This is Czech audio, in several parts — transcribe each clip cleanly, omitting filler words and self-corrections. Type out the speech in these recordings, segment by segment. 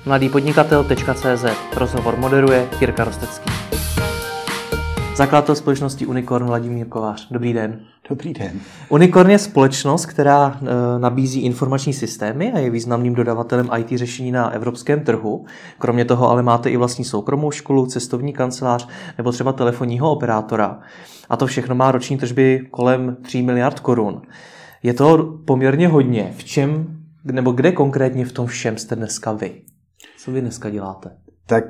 mladýpodnikatel.cz. Rozhovor moderuje Jirka Rostecký. Zakladatel společnosti Unicorn Vladimír Kovář. Dobrý den. Dobrý den. Unicorn je společnost, která nabízí informační systémy a je významným dodavatelem IT řešení na evropském trhu. Kromě toho ale máte i vlastní soukromou školu, cestovní kancelář nebo třeba telefonního operátora. A to všechno má roční tržby kolem 3 miliard korun. Je to poměrně hodně. V čem nebo kde konkrétně v tom všem jste dneska vy? Co vy dneska děláte? Tak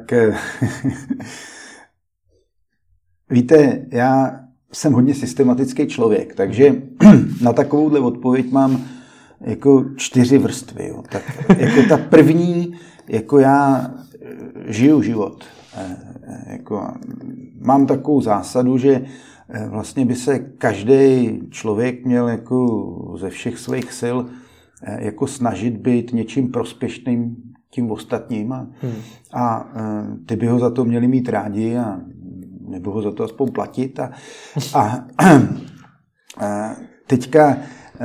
víte, já jsem hodně systematický člověk, takže na takovouhle odpověď mám jako 4 vrstvy. Jo. Tak jako ta první, jako já žiju život. Jako mám takovou zásadu, že vlastně by se každý člověk měl jako ze všech svých sil jako snažit být něčím prospěšným tím ostatním a ty by ho za to měli mít rádi a nebo ho za to aspoň platit a teďka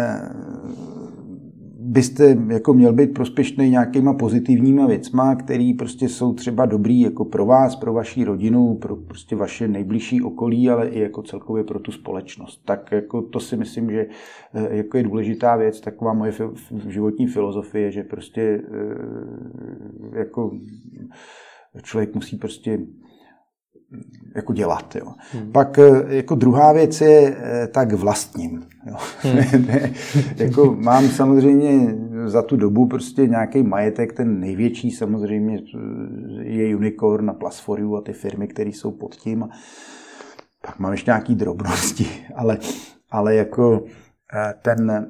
byste jako měl být prospěšný nějakýma pozitivníma věcma, který prostě jsou třeba dobrý jako pro vás, pro vaši rodinu, pro prostě vaše nejbližší okolí, ale i jako celkově pro tu společnost. Tak jako to si myslím, že jako je důležitá věc, taková moje životní filozofie, že prostě jako člověk musí prostě jako dělat. Jo. Pak jako druhá věc je tak vlastním. Jo. Jako mám samozřejmě za tu dobu prostě nějaký majetek, ten největší samozřejmě je Unicorn a Plus4U a ty firmy, které jsou pod tím. Pak mám ještě nějaký drobnosti, ale jako ten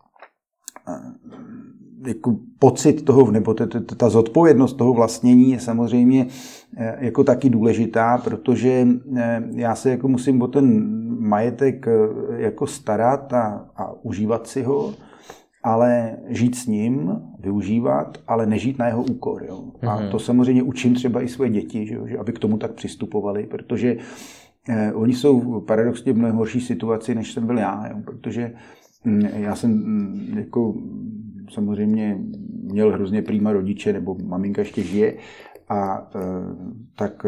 jako pocit toho, nebo ta zodpovědnost toho vlastnění je samozřejmě jako taky důležitá, protože já se jako musím o ten majetek jako starat a užívat si ho, ale žít s ním, využívat, ale nežít na jeho úkor. Jo. A to samozřejmě učím třeba i své děti, že aby k tomu tak přistupovali, protože oni jsou paradoxně v mnohem horší situaci, než jsem byl já, jo, protože já jsem jako samozřejmě měl hrozně prýma rodiče, nebo maminka ještě žije, a tak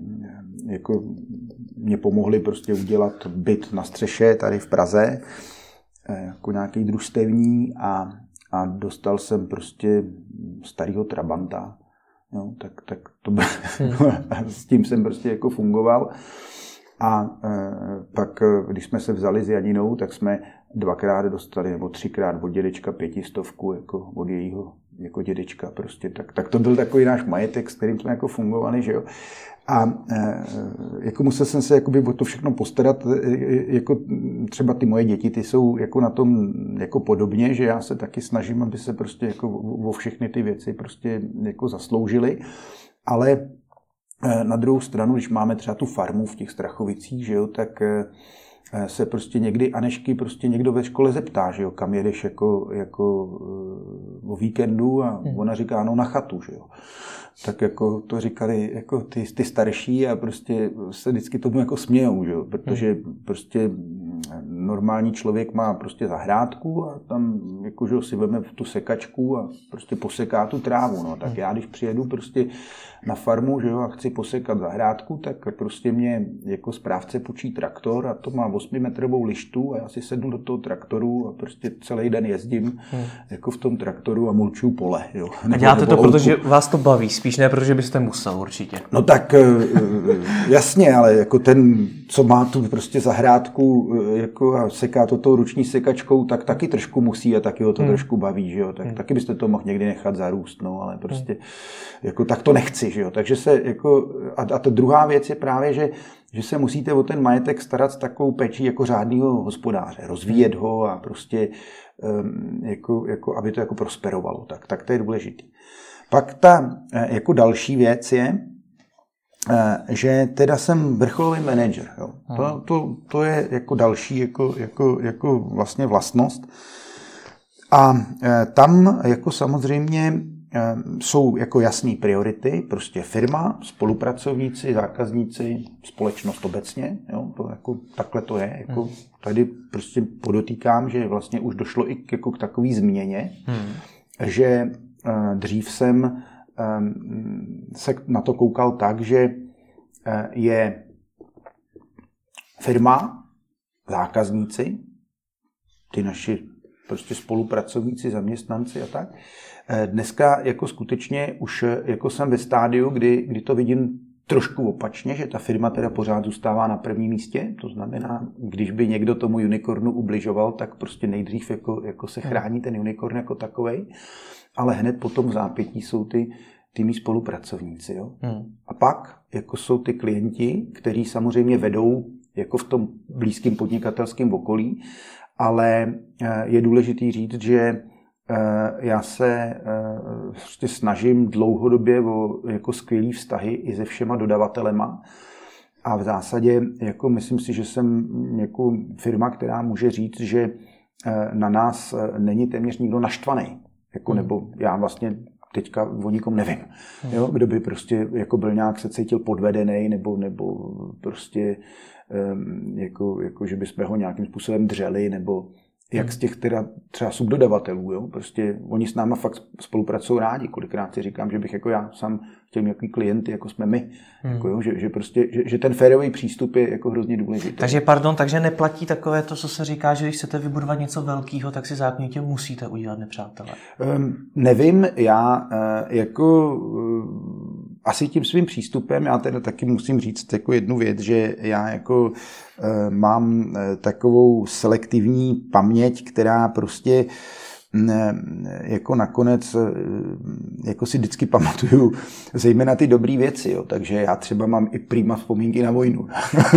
jako mě pomohli prostě udělat byt na střeše tady v Praze, jako nějaký družstevní a dostal jsem prostě starýho Trabanta. No, tak to byl, s tím jsem prostě jako fungoval. A pak, když jsme se vzali s Janinou, tak jsme 2krát dostali, nebo 3krát od dědečka 500 jako od jejího jako dědečka prostě. Tak to byl takový náš majetek, s kterým jsme jako fungovali, že jo. A jako musel jsem se jakoby o to všechno postarat, jako třeba ty moje děti, ty jsou jako na tom jako podobně, že já se taky snažím, aby se prostě jako o všechny ty věci prostě jako zasloužili, ale na druhou stranu, když máme třeba tu farmu v těch Strachovicích, že jo, tak se prostě někdy Anešky prostě někdo ve škole zeptá, že jo, kam jedeš jako o víkendu a ona říká, no na chatu, že jo. Tak jako to říkali jako ty starší a prostě se vždycky tomu jako smějou, že jo, protože prostě normální člověk má prostě zahrádku a tam jako, že si veme tu sekačku a prostě poseká tu trávu, no. Tak já, když přijedu prostě na farmu, že jo, a chci posekat zahrádku, tak prostě mě jako správce půjčí traktor a to má 8metrovou lištu a já si sednu do toho traktoru a prostě celý den jezdím jako v tom traktoru a mulčuju pole, jo. A děláte to, protože vás to baví, spíš ne, protože byste musel určitě. No tak jasně, ale jako ten, co má tu prostě zahrádku jako a seká to tou ruční sekačkou, tak taky trošku musí a taky ho to trošku baví, že jo. Tak taky byste to mohl někdy nechat zarůst, no, ale prostě jako tak to nechci, že jo. Takže se jako a ta druhá věc je právě, že se musíte o ten majetek starat s takovou péčí jako řádného hospodáře, rozvíjet ho a prostě jako aby to jako prosperovalo. Tak to je důležitý. Pak ta jako další věc je, že teda jsem vrcholový manažer. Jo. To je jako další jako vlastně vlastnost. A tam jako samozřejmě jsou jako jasné priority, prostě firma, spolupracovníci, zákazníci, společnost obecně, jo, to jako, takhle to je. Jako, tady prostě podotýkám, že vlastně už došlo i jako k takové změně, že dřív jsem se na to koukal tak, že je firma, zákazníci, ty naši prostě spolupracovníci, zaměstnanci a tak. Dneska jako skutečně už jako jsem ve stádiu, kdy to vidím trošku opačně, že ta firma teda pořád zůstává na prvním místě. To znamená, když by někdo tomu unicornu ubližoval, tak prostě nejdřív jako se chrání ten unicorn jako takovej, ale hned potom v zápětí jsou ty mý spolupracovníci. Jo? A pak jako jsou ty klienti, kteří samozřejmě vedou jako v tom blízkém podnikatelském okolí, ale je důležitý říct, že já se prostě snažím dlouhodobě o jako skvělý vztahy i se všema dodavatelema a v zásadě jako myslím si, že jsem jako firma, která může říct, že na nás není téměř nikdo naštvaný. Jako, nebo já vlastně teďka o nikom nevím. Jo? Kdo by prostě jako byl nějak se cítil podvedený nebo prostě jako že bychom ho nějakým způsobem dřeli nebo jak z těch teda třeba subdodavatelů, jo? Prostě oni s náma fakt spolupracují rádi. Kolikrát si říkám, že bych jako já sám chtěl nějaký klienty, jako jsme my. Jako, jo? Že prostě, že ten férový přístup je jako hrozně důležitý. Takže neplatí takové to, co se říká, že když chcete vybudovat něco velkého, tak si zákonitě musíte udělat nepřátele. Nevím, já jako asi tím svým přístupem, já teda taky musím říct jako jednu věc, že já jako mám takovou selektivní paměť, která prostě jako nakonec jako si vždycky pamatuju zejména ty dobré věci, jo. Takže já třeba mám i prima vzpomínky na vojnu.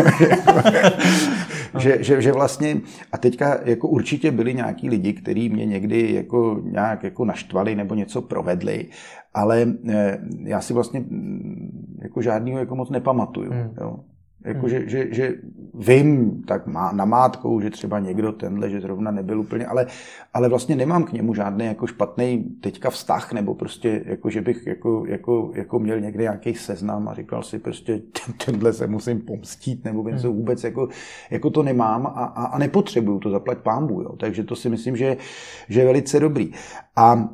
že vlastně a teďka jako určitě byli nějaký lidi, kteří mě někdy jako nějak jako naštvali nebo něco provedli, ale já si vlastně jako žádnýho jako moc nepamatuju, jo. Jako, že vím tak namátkou, že třeba někdo tenhle, že zrovna nebyl úplně, ale vlastně nemám k němu žádný jako špatný teďka vztah, nebo prostě jako, že bych jako měl někde nějaký seznam a říkal si prostě tenhle se musím pomstít, nebo něco vůbec jako to nemám a nepotřebuju to, zaplať pánbůh, jo. Takže to si myslím, že je velice dobrý. A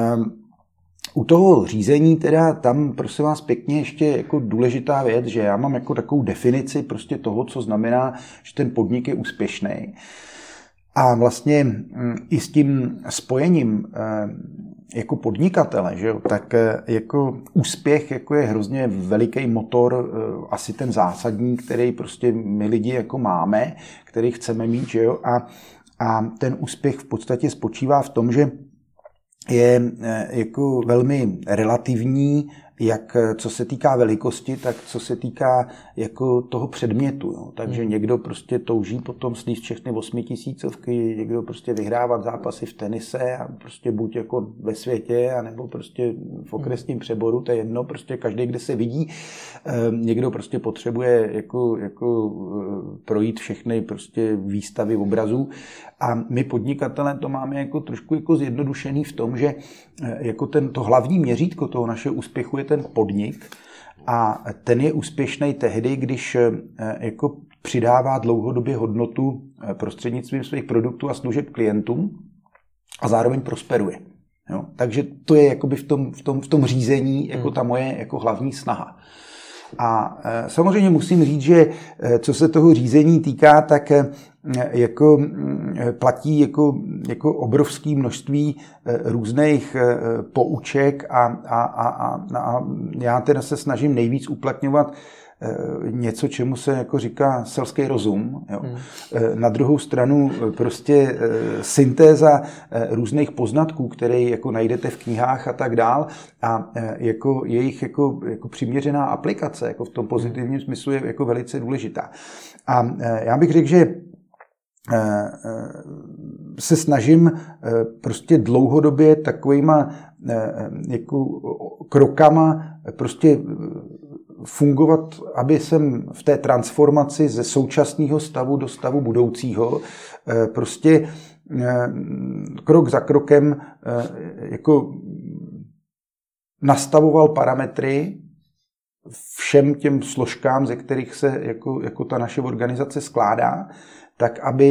u toho řízení teda tam, prosím vás pěkně, ještě jako důležitá věc, že já mám jako takovou definici prostě toho, co znamená, že ten podnik je úspěšný. A vlastně i s tím spojením jako podnikatele, že jo, tak jako úspěch jako je hrozně veliký motor, asi ten zásadní, který prostě my lidi jako máme, který chceme mít, že jo, a ten úspěch v podstatě spočívá v tom, že je jako velmi relativní, jak co se týká velikosti, tak co se týká jako toho předmětu. Jo. Takže někdo prostě touží potom slízt všechny 8000, někdo prostě vyhrávat zápasy v tenise a prostě buď jako ve světě, anebo prostě v okresním přeboru, to je jedno, prostě každý, kde se vidí. Někdo prostě potřebuje jako projít všechny prostě výstavy obrazů. A my podnikatelé to máme jako trošku jako zjednodušený v tom, že jako to hlavní měřítko toho našeho úspěchu je ten podnik a ten je úspěšný tehdy, když jako přidává dlouhodobě hodnotu prostřednictvím svých produktů a služeb klientům a zároveň prosperuje. Jo? Takže to je jakoby v tom řízení jako ta moje jako hlavní snaha. A samozřejmě musím říct, že co se toho řízení týká, tak jako platí jako obrovské množství různých pouček a já teda se snažím nejvíc uplatňovat něco, čemu se jako říká selský rozum. Jo. Na druhou stranu prostě syntéza různých poznatků, které jako najdete v knihách a tak dál a jako jejich jako přiměřená aplikace jako v tom pozitivním smyslu je jako velice důležitá. A já bych řekl, že se snažím prostě dlouhodobě takovýma jako krokama prostě fungovat, aby jsem v té transformaci ze současného stavu do stavu budoucího prostě krok za krokem jako nastavoval parametry všem těm složkám, ze kterých se jako ta naše organizace skládá, tak aby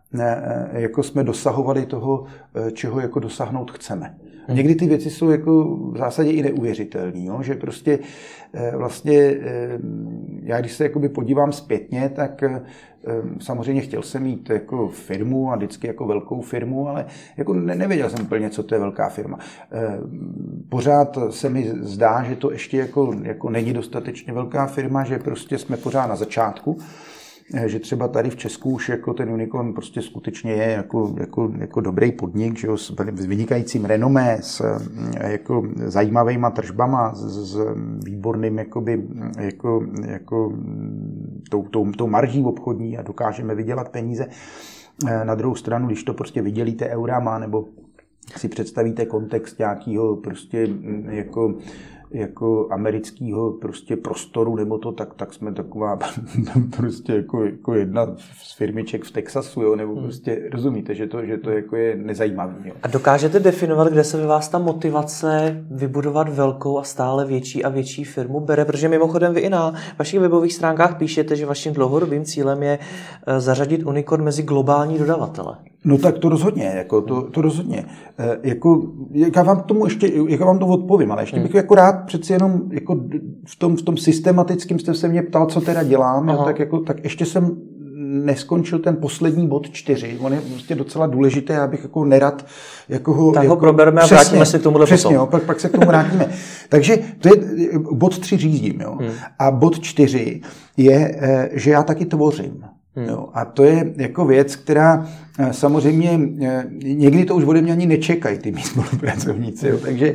jako jsme dosahovali toho, čeho jako dosáhnout chceme. Někdy ty věci jsou jako v zásadě i neuvěřitelné, že prostě vlastně já když se jakoby podívám zpětně, tak samozřejmě chtěl jsem mít jako firmu a vždycky jako velkou firmu, ale jako nevěděl jsem úplně, co to je velká firma. Pořád se mi zdá, že to ještě jako není dostatečně velká firma, že prostě jsme pořád na začátku. Že třeba tady v Česku už jako ten Unicorn prostě skutečně je jako dobrý podnik, že jo, s vynikajícím renomé, s jako zajímavýma tržbama, s výborným jako tou marží obchodní a dokážeme vydělat peníze. Na druhou stranu, když to prostě vydělíte eurama, nebo si představíte kontext nějakého prostě jako amerického prostě prostoru, nebo to, tak jsme taková prostě jako jedna z firmiček v Texasu, jo, nebo prostě rozumíte, že to jako je nezajímavé. Jo. A dokážete definovat, kde se ve vás ta motivace vybudovat velkou a stále větší a větší firmu bere? Protože mimochodem vy i na vašich webových stránkách píšete, že vaším dlouhodobým cílem je zařadit Unicorn mezi globální dodavatele. No tak to rozhodně, jako to rozhodně. Já vám to odpovím, ale ještě bych jako rád přeci jenom jako v tom systematickém jste se mě ptal, co teda dělám, tak ještě jsem neskončil ten poslední bod 4. On je prostě docela důležitý, já bych jako nerad ho probereme a vrátíme se k tomuhle přesně, potom. Pak se k tomu vrátíme. Takže to je bod 3 řídím, jo. A bod 4 je, že já taky tvořím. Jo, a to je jako věc, která samozřejmě někdy to už ode mě ani nečekají ty mý spolupracovníci. Jo, takže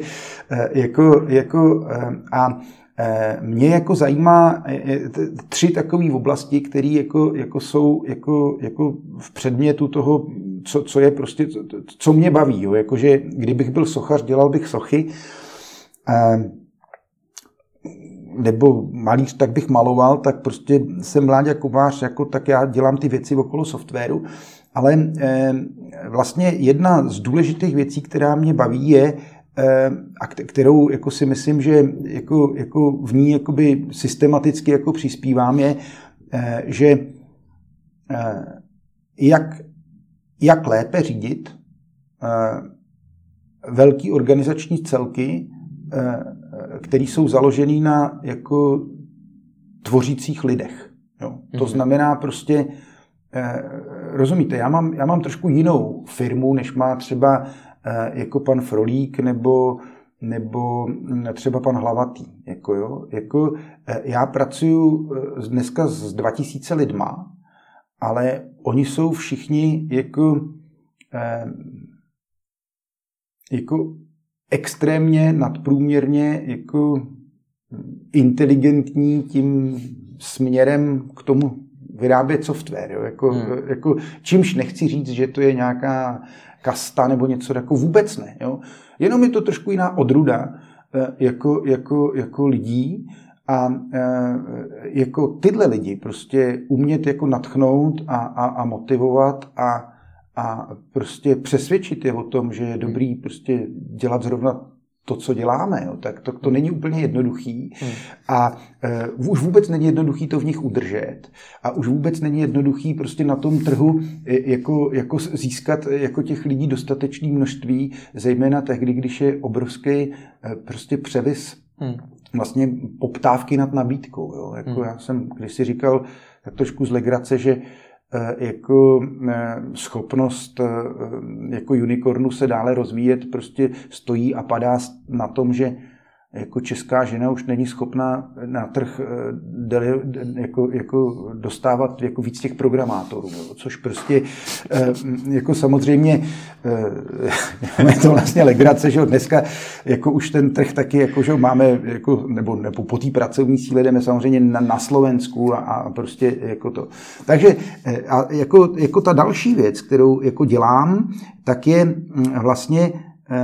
mě jako zajímá 3 takové oblasti, které jako jsou jako v předmětu toho, co je prostě, co mě baví. Jo, jakože kdybych byl sochař, dělal bych sochy. Nebo malíř, tak bych maloval, tak prostě jsem Láďa Kovář, tak já dělám ty věci okolo softwaru, ale vlastně jedna z důležitých věcí, která mě baví, je, a kterou jako si myslím, že jako v ní jakoby systematicky jako přispívám, je, že jak lépe řídit velký organizační celky, který jsou založený na jako tvořících lidech. Jo. To znamená prostě, rozumíte, já mám trošku jinou firmu, než má třeba jako pan Frolík nebo třeba pan Hlavatý. Já pracuji dneska s 2000 lidma, ale oni jsou všichni jako extrémně nadprůměrně jako inteligentní tím směrem k tomu vyrábět software. Jo? Jako, čímž nechci říct, že to je nějaká kasta nebo něco, jako vůbec ne. Jo? Jenom je to trošku jiná odrůda jako lidí a jako tyhle lidi prostě umět jako nadchnout a motivovat a prostě přesvědčit je o tom, že je dobrý prostě dělat zrovna to, co děláme, jo, tak to není úplně jednoduchý a už vůbec není jednoduchý to v nich udržet a už vůbec není jednoduchý prostě na tom trhu jako získat jako těch lidí dostatečné množství, zejména tehdy, když je obrovský prostě převis vlastně poptávky nad nabídkou. Jo. Já jsem kdysi říkal tak trošku z legrace, že jako schopnost jako unicornu se dále rozvíjet prostě stojí a padá na tom, že jako česká žena už není schopná na trh jako dostávat jako víc těch programátorů, což prostě jako samozřejmě je to vlastně legrace, že dneska jako už ten trh taky jako, že máme jako, nebo po té pracovní síle jdeme samozřejmě na Slovensku a prostě jako to. Takže a jako ta další věc, kterou jako dělám, tak je vlastně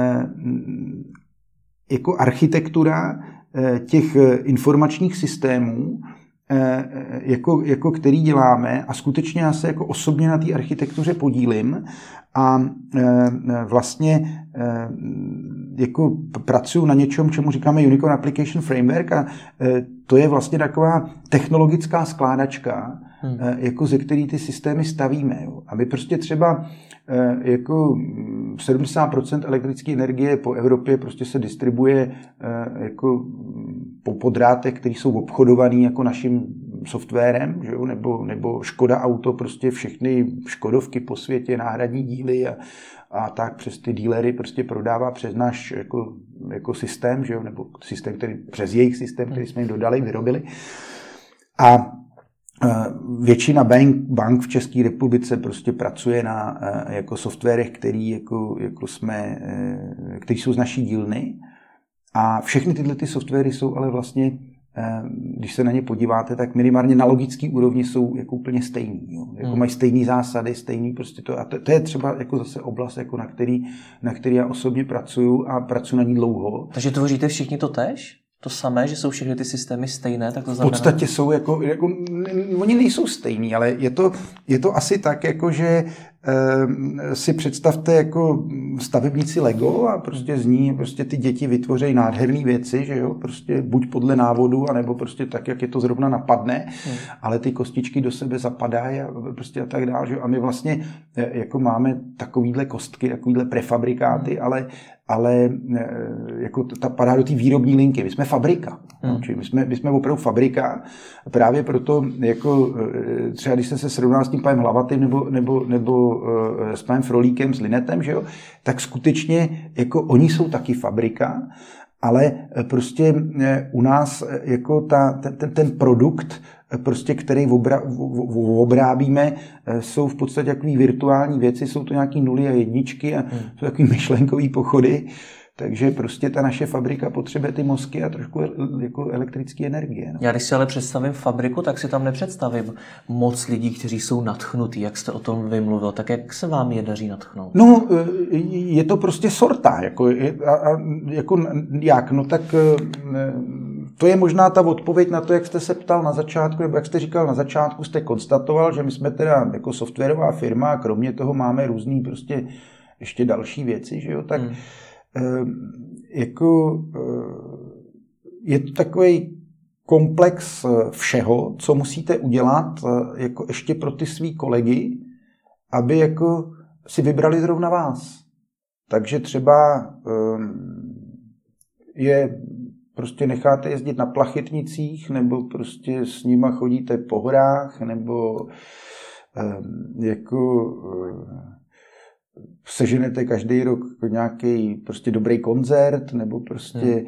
jako architektura těch informačních systémů, jako který děláme a skutečně já se jako osobně na té architektuře podílím a vlastně jako pracuji na něčem, čemu říkáme Unicorn Application Framework a to je vlastně taková technologická skládačka, jako ze který ty systémy stavíme. Jo. A my prostě třeba jako 70% elektrické energie po Evropě prostě se distribuje jako po drátech, které jsou obchodovaný jako naším softwarem, že jo? Nebo Škoda Auto, prostě všechny Škodovky po světě, náhradní díly a tak přes ty dílery prostě prodává přes náš jako systém, že jo? Nebo systém, přes jejich systém, který jsme jim dodali, vyrobili. A většina bank v České republice prostě pracuje na jako softwarech, který jsou z naší dílny. A všechny tyhle ty softwary jsou ale vlastně, když se na ně podíváte, tak minimálně na logický úrovni jsou jako úplně stejný. Jo. Jako mají stejné zásady, stejný prostě to. A to je třeba jako zase oblast, jako na který já osobně pracuju a pracuji na ní dlouho. Takže tvoříte všichni to též? To samé, že jsou všechny ty systémy stejné, tak to znamená... V podstatě jsou oni nejsou stejný, ale je to asi tak, jako že si představte jako stavebníci Lego a prostě z ní prostě ty děti vytvoří nádherné věci, že jo, prostě buď podle návodu, anebo prostě tak, jak je to zrovna napadne, ale ty kostičky do sebe zapadají a prostě a tak dále, že jo, a my vlastně jako máme takovýhle kostky, takovýhle prefabrikáty, ale jako ta padá do té výrobní linky. My jsme fabrika. Čili my jsme opravdu fabrika. Právě proto, jako třeba když se srovná s tím panem Hlavatým nebo s panem Frolíkem, s Linetem, že jo, tak skutečně jako oni jsou taky fabrika, ale prostě u nás jako ten produkt, prostě, který obrábíme, jsou v podstatě takový virtuální věci, jsou to nějaký nuly a jedničky a jsou takový myšlenkový pochody, takže prostě ta naše fabrika potřebuje ty mozky a trošku jako elektrické energie. No. Já když si ale představím fabriku, tak si tam nepředstavím moc lidí, kteří jsou nadchnutí, jak jste o tom vymluvil. Tak jak se vám je daří nadchnout? No, je to prostě sorta. Jak? No tak to je možná ta odpověď na to, jak jste se ptal na začátku, nebo jak jste říkal na začátku, jste konstatoval, že my jsme teda jako softwarová firma a kromě toho máme různý prostě ještě další věci, že jo, tak je to takový komplex všeho, co musíte udělat jako ještě pro ty svý kolegy, aby jako si vybrali zrovna vás. Takže třeba je prostě necháte jezdit na plachetnicích, nebo prostě s nima chodíte po horách, nebo seženete každý rok nějaký prostě dobrý koncert, nebo prostě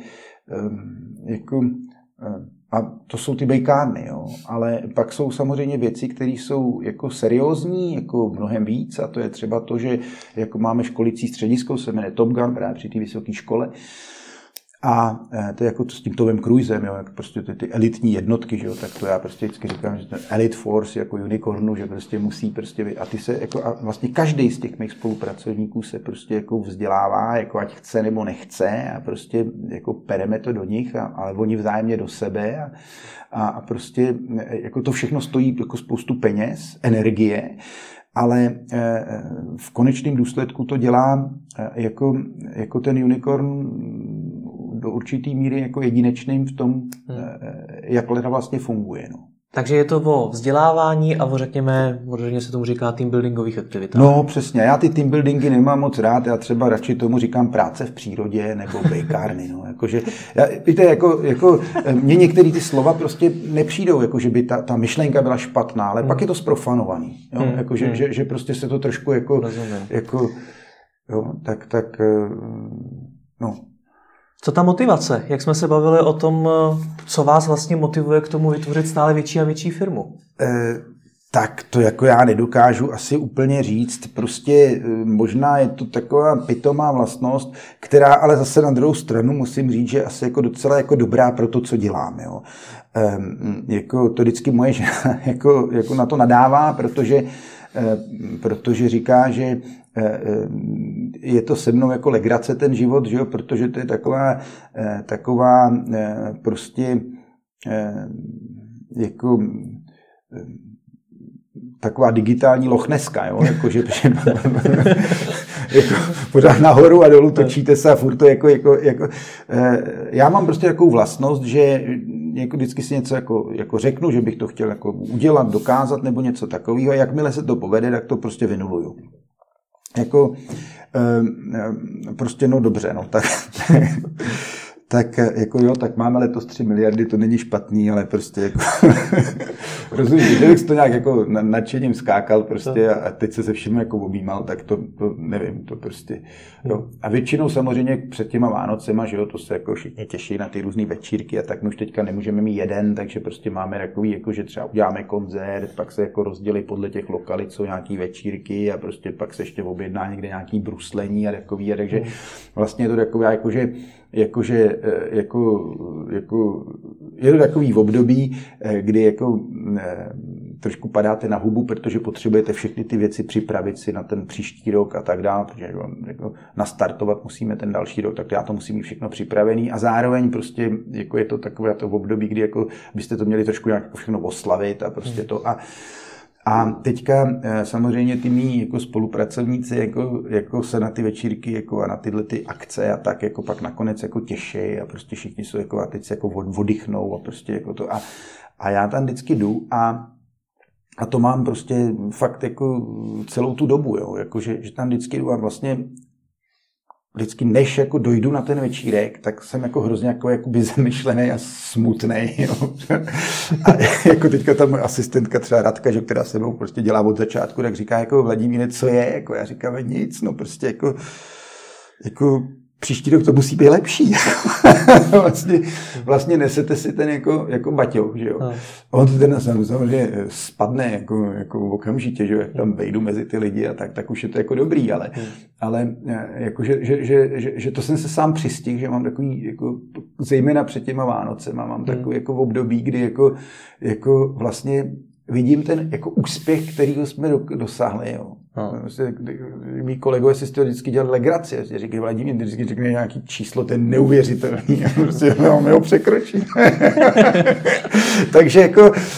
a to jsou ty bejkárny, jo. Ale pak jsou samozřejmě věci, které jsou jako seriózní, jako mnohem víc, a to je třeba to, že jako máme školicí středisko, se jmenuje Top Gun, právě při té vysoké škole. A to je jako s tím Tomem Cruisem, jo, jak prostě ty elitní jednotky, že jo, tak to já prostě vždycky říkám, že ten Elite Force jako unicornu, že prostě musí prostě a ty se jako a vlastně každý z těch mých spolupracovníků se prostě jako vzdělává, jako ať chce nebo nechce a prostě jako pereme to do nich, ale oni vzájemně do sebe a prostě jako to všechno stojí jako spoustu peněz, energie, ale v konečném důsledku to dělá jako ten unicorn do určitý míry jako jedinečným v tom, jak Leda vlastně funguje. No. Takže je to o vzdělávání a řekněme se tomu říká teambuildingových aktivitách. No přesně, já ty teambuildingy nemám moc rád, já třeba radši tomu říkám práce v přírodě nebo bejkárny. No. Víte, mně některé ty slova prostě nepřijdou, jako že by ta myšlenka byla špatná, ale pak je to zprofanovaný. Jo? Že prostě se to trošku no. Co ta motivace? Jak jsme se bavili o tom, co vás vlastně motivuje k tomu vytvořit stále větší a větší firmu? Tak to jako já nedokážu asi úplně říct. Prostě možná je to taková pitomá vlastnost, která ale zase na druhou stranu musím říct, že asi jako docela jako dobrá pro to, co dělám. Jo. Jako to vždycky moje žena jako na to nadává, protože říká, že je to se mnou jako legrace ten život, že jo? Protože to je taková prostě jako taková digitální lochneska, jo? Jako, že pořád nahoru a dolů točíte se a furt to já mám prostě takovou vlastnost, že jako vždycky si něco jako řeknu, že bych to chtěl jako udělat, dokázat nebo něco takového a jakmile se to povede, tak to prostě vynuluju. Jako prostě no dobře, no tak jako jo, tak máme letos 3 miliardy, to není špatný, ale prostě jako rozumím, že bych to nějak jako nadšením skákal prostě a teď se vším jako objímal, tak to nevím, to prostě, jo. A většinou samozřejmě před těma Vánocema, že jo, to se jako všichni těší na ty různý večírky a tak my už teďka nemůžeme mít jeden, takže prostě máme takový, jako že třeba uděláme koncert, pak se jako rozdělí podle těch lokalit, jsou nějaký večírky a prostě pak se ještě objedná někde nějaký bruslení a takový, a takže vlastně je to takové jakože je to takový takový období, kdy jako trošku padáte na hubu, protože potřebujete všechny ty věci připravit si na ten příští rok a tak dále, protože jako nastartovat musíme ten další rok, tak já to musím mít všechno připravený a zároveň prostě jako je to takové to období, kdy jako byste to měli trošku nějak všechno oslavit a prostě to a teďka samozřejmě ty mý jako spolupracovníci jako se na ty večírky jako a na tyhle ty akce a tak jako pak nakonec jako těší a prostě všichni jsou jako a teď se jako oddychnou a prostě jako to a já tam vždycky jdu a to mám prostě fakt jako celou tu dobu, jo, jako že tam vždycky jdu a vlastně vždycky než jako dojdu na ten večírek, tak jsem jako hrozně jakoby zamyšlený a smutný. A jako teďka ta moje asistentka třeba Radka, že, která se mnou prostě dělá od začátku, tak říká jako Vladimíre, co je? Jako já říkám nic, no prostě jako příští rok to musí být lepší. vlastně nesete si ten jako baťoch, že jo. On to ten samozřejmě spadne jako okamžitě, že jo, jak tam vejdu mezi ty lidi a tak už je to jako dobrý, ale jako, že to jsem se sám přistihl, že mám takový, jako, zejména před těma Vánocema, mám takový jako období, kdy jako vlastně vidím ten jako úspěch, kterýho jsme dosáhli, jo. Mí kolegové si z toho vždycky dělali legraci. Říkají, Vladimír vždycky řekne nějaký číslo, to je neuvěřitelný. Prostě my ho překročíme. Takže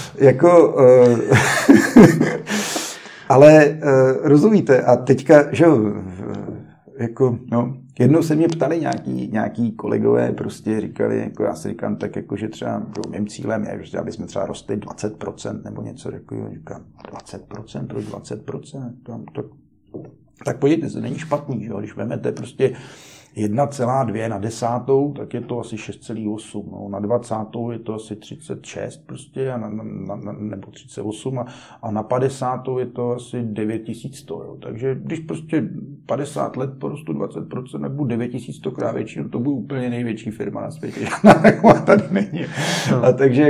ale rozumíte, a teďka, že jako, no, jednou se mě ptali nějaký kolegové, prostě říkali, jako já si říkám, tak jako, že třeba mým cílem je, že aby jsme třeba rostli 20% nebo něco takového. Říkám, 20%, proč 20%? Tak podívejte se, není špatný, že? Když vezmete prostě 1,2 na 10, tak je to asi 6,8. No, na 20 je to asi 36 prostě, nebo 38 a na 50 je to asi 9100. Jo. Takže když prostě 50 let porostu 20%, tak budu 9100 krát větší, no to bude úplně největší firma na světě. Žádná tady není. A takže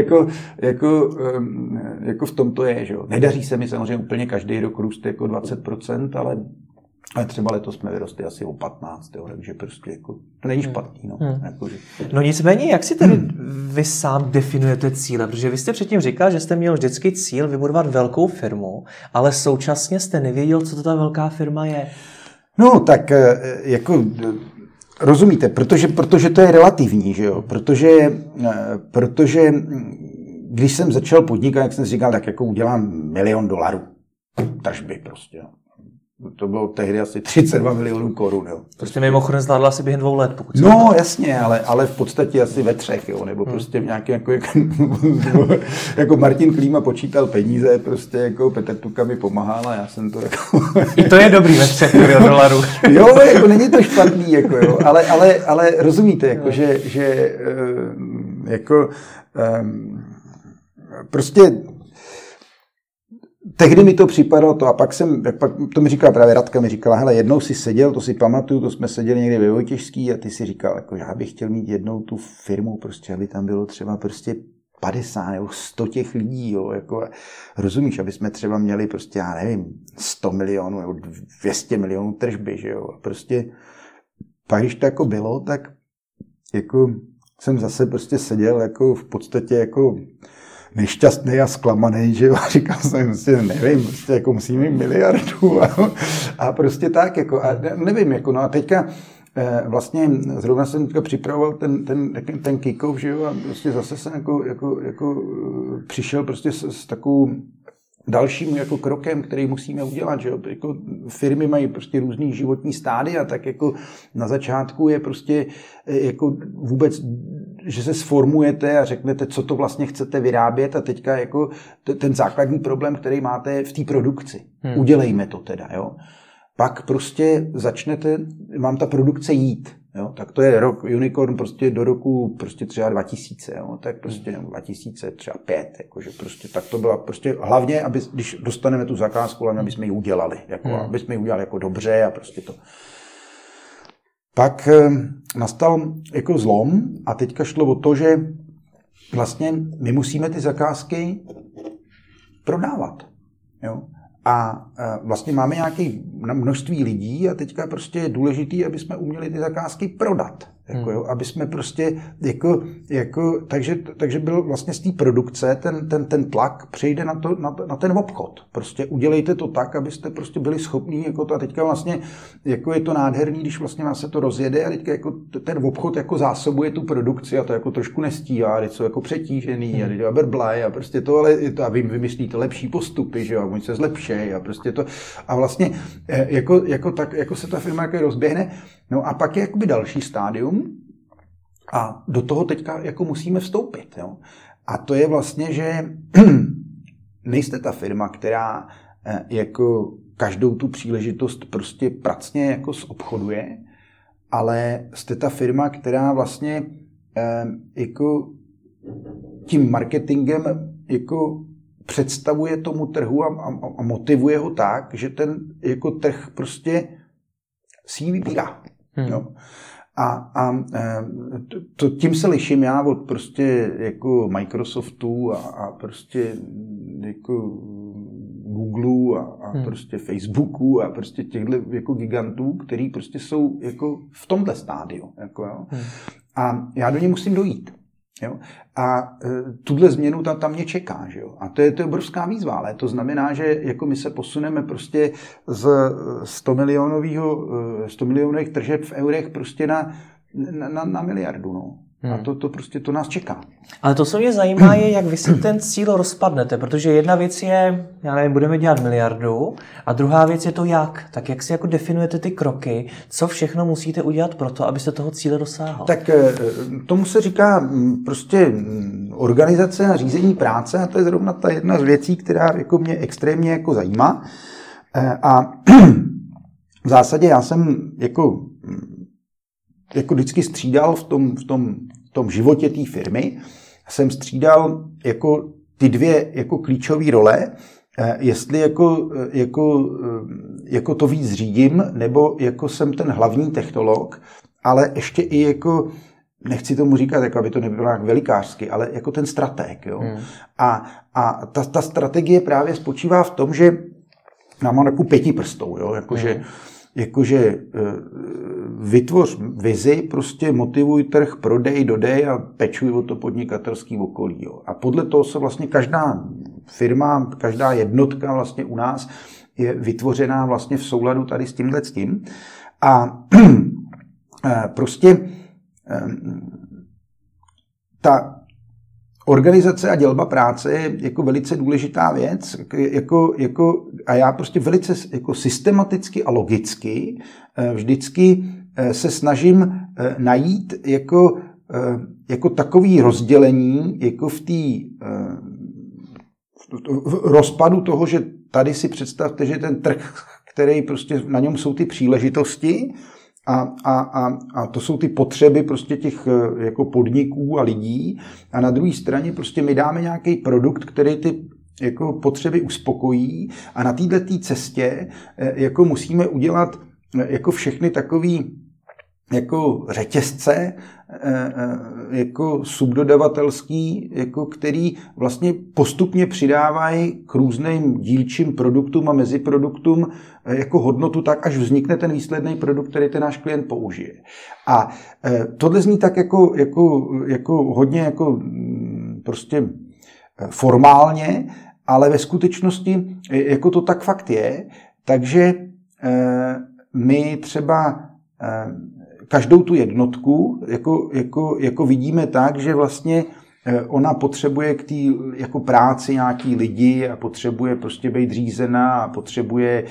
jako v tom to je, že jo. Nedaří se mi samozřejmě úplně každý rok růst jako 20%, ale třeba letos jsme vyrostli asi o 15, jo, takže prostě jako, to není špatný. No. No nicméně, jak si tedy vy sám definujete cíle? Protože vy jste předtím říkal, že jste měl vždycky cíl vybudovat velkou firmu, ale současně jste nevěděl, co to ta velká firma je. No, tak jako rozumíte, protože to je relativní, že jo? Protože když jsem začal podnikat, jak jsem si říkal, tak jako udělám $1 milion tržby prostě, jo. To bylo tehdy asi 32 milionů korun. Jo. Prostě mimochodem zvládla asi během 2 let. Pokud no jasně, ale v podstatě asi ve 3, jo, nebo prostě v nějaký jako Martin Klíma počítal peníze, prostě jako Petr Tuka mi pomáhal a já jsem to jako... I to je dobrý ve 3 milionů dolarů. Jo, jako není to špatný, jako jo, ale rozumíte, jako, že jako prostě tehdy mi to připadalo to a pak to mi říkala právě Radka, mi říkala, hele, jednou si seděl, to si pamatuju, to jsme seděli někde ve Vojtěžský a ty si říkal, jako, já bych chtěl mít jednou tu firmu, prostě, aby tam bylo třeba prostě 50 nebo 100 těch lidí, jo, jako, rozumíš, aby jsme třeba měli prostě, já nevím, 100 milionů nebo 200 milionů tržby, že jo, a prostě pak, když to jako bylo, tak jako jsem zase prostě seděl jako v podstatě jako nešťastný a zklamaný, že jo, a říkal jsem, prostě nevím, prostě jako musím mít miliardu a prostě tak, jako, a nevím, jako, no a teďka vlastně zrovna jsem teďka připravoval ten kick-off, že jo, a prostě zase jsem jako přišel prostě s takovou dalším jako krokem, který musíme udělat, že jako firmy mají prostě různý životní stádia, tak jako na začátku je prostě jako vůbec, že se sformujete a řeknete, co to vlastně chcete vyrábět a teďka jako ten základní problém, který máte v té produkci. Udělejme to teda, jo. Pak prostě začnete, vám ta produkce jít. Jo, tak to je rok unicorn prostě do roku prostě třeba 2000, jo, tak prostě 2005, jakože prostě tak to byla prostě hlavně, aby, když dostaneme tu zakázku, hlavně, aby jsme ji udělali, jako, aby jsme ji udělali jako dobře a prostě to. Pak nastal jako zlom a teďka šlo o to, že vlastně my musíme ty zakázky prodávat, jo. A vlastně máme nějaké množství lidí a teďka prostě je důležitý, aby jsme uměli ty zakázky prodat. Jako, jo, aby jsme prostě takže byl vlastně z té produkce ten tlak přejde na ten obchod. Prostě udělejte to tak, abyste prostě byli schopní jako to a teďka vlastně jako je to nádherný, když vlastně se to rozjede a teďka jako ten obchod jako zásobuje tu produkci a to jako trošku nestíhá, teď jsou jako přetížený a teď berblaj a prostě to, ale a vy vymyslíte lepší postupy, že jo, oni se zlepšejí a prostě to a vlastně jako se ta firma jako rozběhne. No a pak je jakoby další stádium a do toho teďka jako musíme vstoupit. Jo? A to je vlastně, že nejste ta firma, která jako každou tu příležitost prostě pracně jako zobchoduje, ale jste ta firma, která vlastně jako tím marketingem jako představuje tomu trhu a motivuje ho tak, že ten jako trh prostě si ji vybírá. Jo. A tím se liším já od prostě jako Microsoftu a prostě jako Googleu a prostě Facebooku a prostě těchto jako gigantů, který prostě jsou jako v tomhle stádiu. Jako, jo. A já do něj musím dojít. Jo? A tuhle změnu tam mě čeká. Že jo? A to je obrovská výzva, ale to znamená, že jako my se posuneme prostě z 100 milionových tržeb v eurech prostě na miliardu. No. A to prostě to nás čeká. Ale to, co mě zajímá, je, jak vy si ten cíl rozpadnete, protože jedna věc je, já nevím, budeme dělat miliardu a druhá věc je to jak. Tak jak si jako definujete ty kroky, co všechno musíte udělat pro to, abyste toho cíle dosáhl? Tak tomu se říká prostě organizace a řízení práce a to je zrovna ta jedna z věcí, která jako mě extrémně jako zajímá. A v zásadě já jsem jako vždycky střídal v tom životě té firmy, jsem střídal jako ty dvě jako klíčové role, jestli jako to víc řídím, nebo jako jsem ten hlavní technolog, ale ještě i jako, nechci tomu říkat, jako aby to nebylo nějak velikářsky, ale jako ten stratég. Jo? A ta strategie právě spočívá v tom, že já mám takovou pětiprstou, jo? Jakože vytvoř vizi, prostě motivuj trh, prodej, dodej a pečuj o to podnikatelský okolí. Jo. A podle toho se vlastně každá firma, každá jednotka vlastně u nás je vytvořená vlastně v souladu tady s tím. A prostě ta organizace a dělba práce je jako velice důležitá věc a já prostě velice jako systematicky a logicky vždycky se snažím najít jako takový rozdělení jako v rozpadu toho, že tady si představte, že ten trh, který prostě na něm jsou ty příležitosti a to jsou ty potřeby prostě těch jako podniků a lidí a na druhé straně prostě my dáme nějaký produkt, který ty jako potřeby uspokojí a na této cestě jako musíme udělat jako všechny takový jako řetězce jako subdodavatelský, jako který vlastně postupně přidávají k různým dílčím produktům a meziproduktům jako hodnotu tak, až vznikne ten výsledný produkt, který ten náš klient použije. A tohle zní tak jako hodně jako prostě formálně, ale ve skutečnosti jako to tak fakt je, takže my třeba každou tu jednotku jako vidíme tak, že vlastně ona potřebuje k té jako práci nějaký lidi a potřebuje prostě být řízená a potřebuje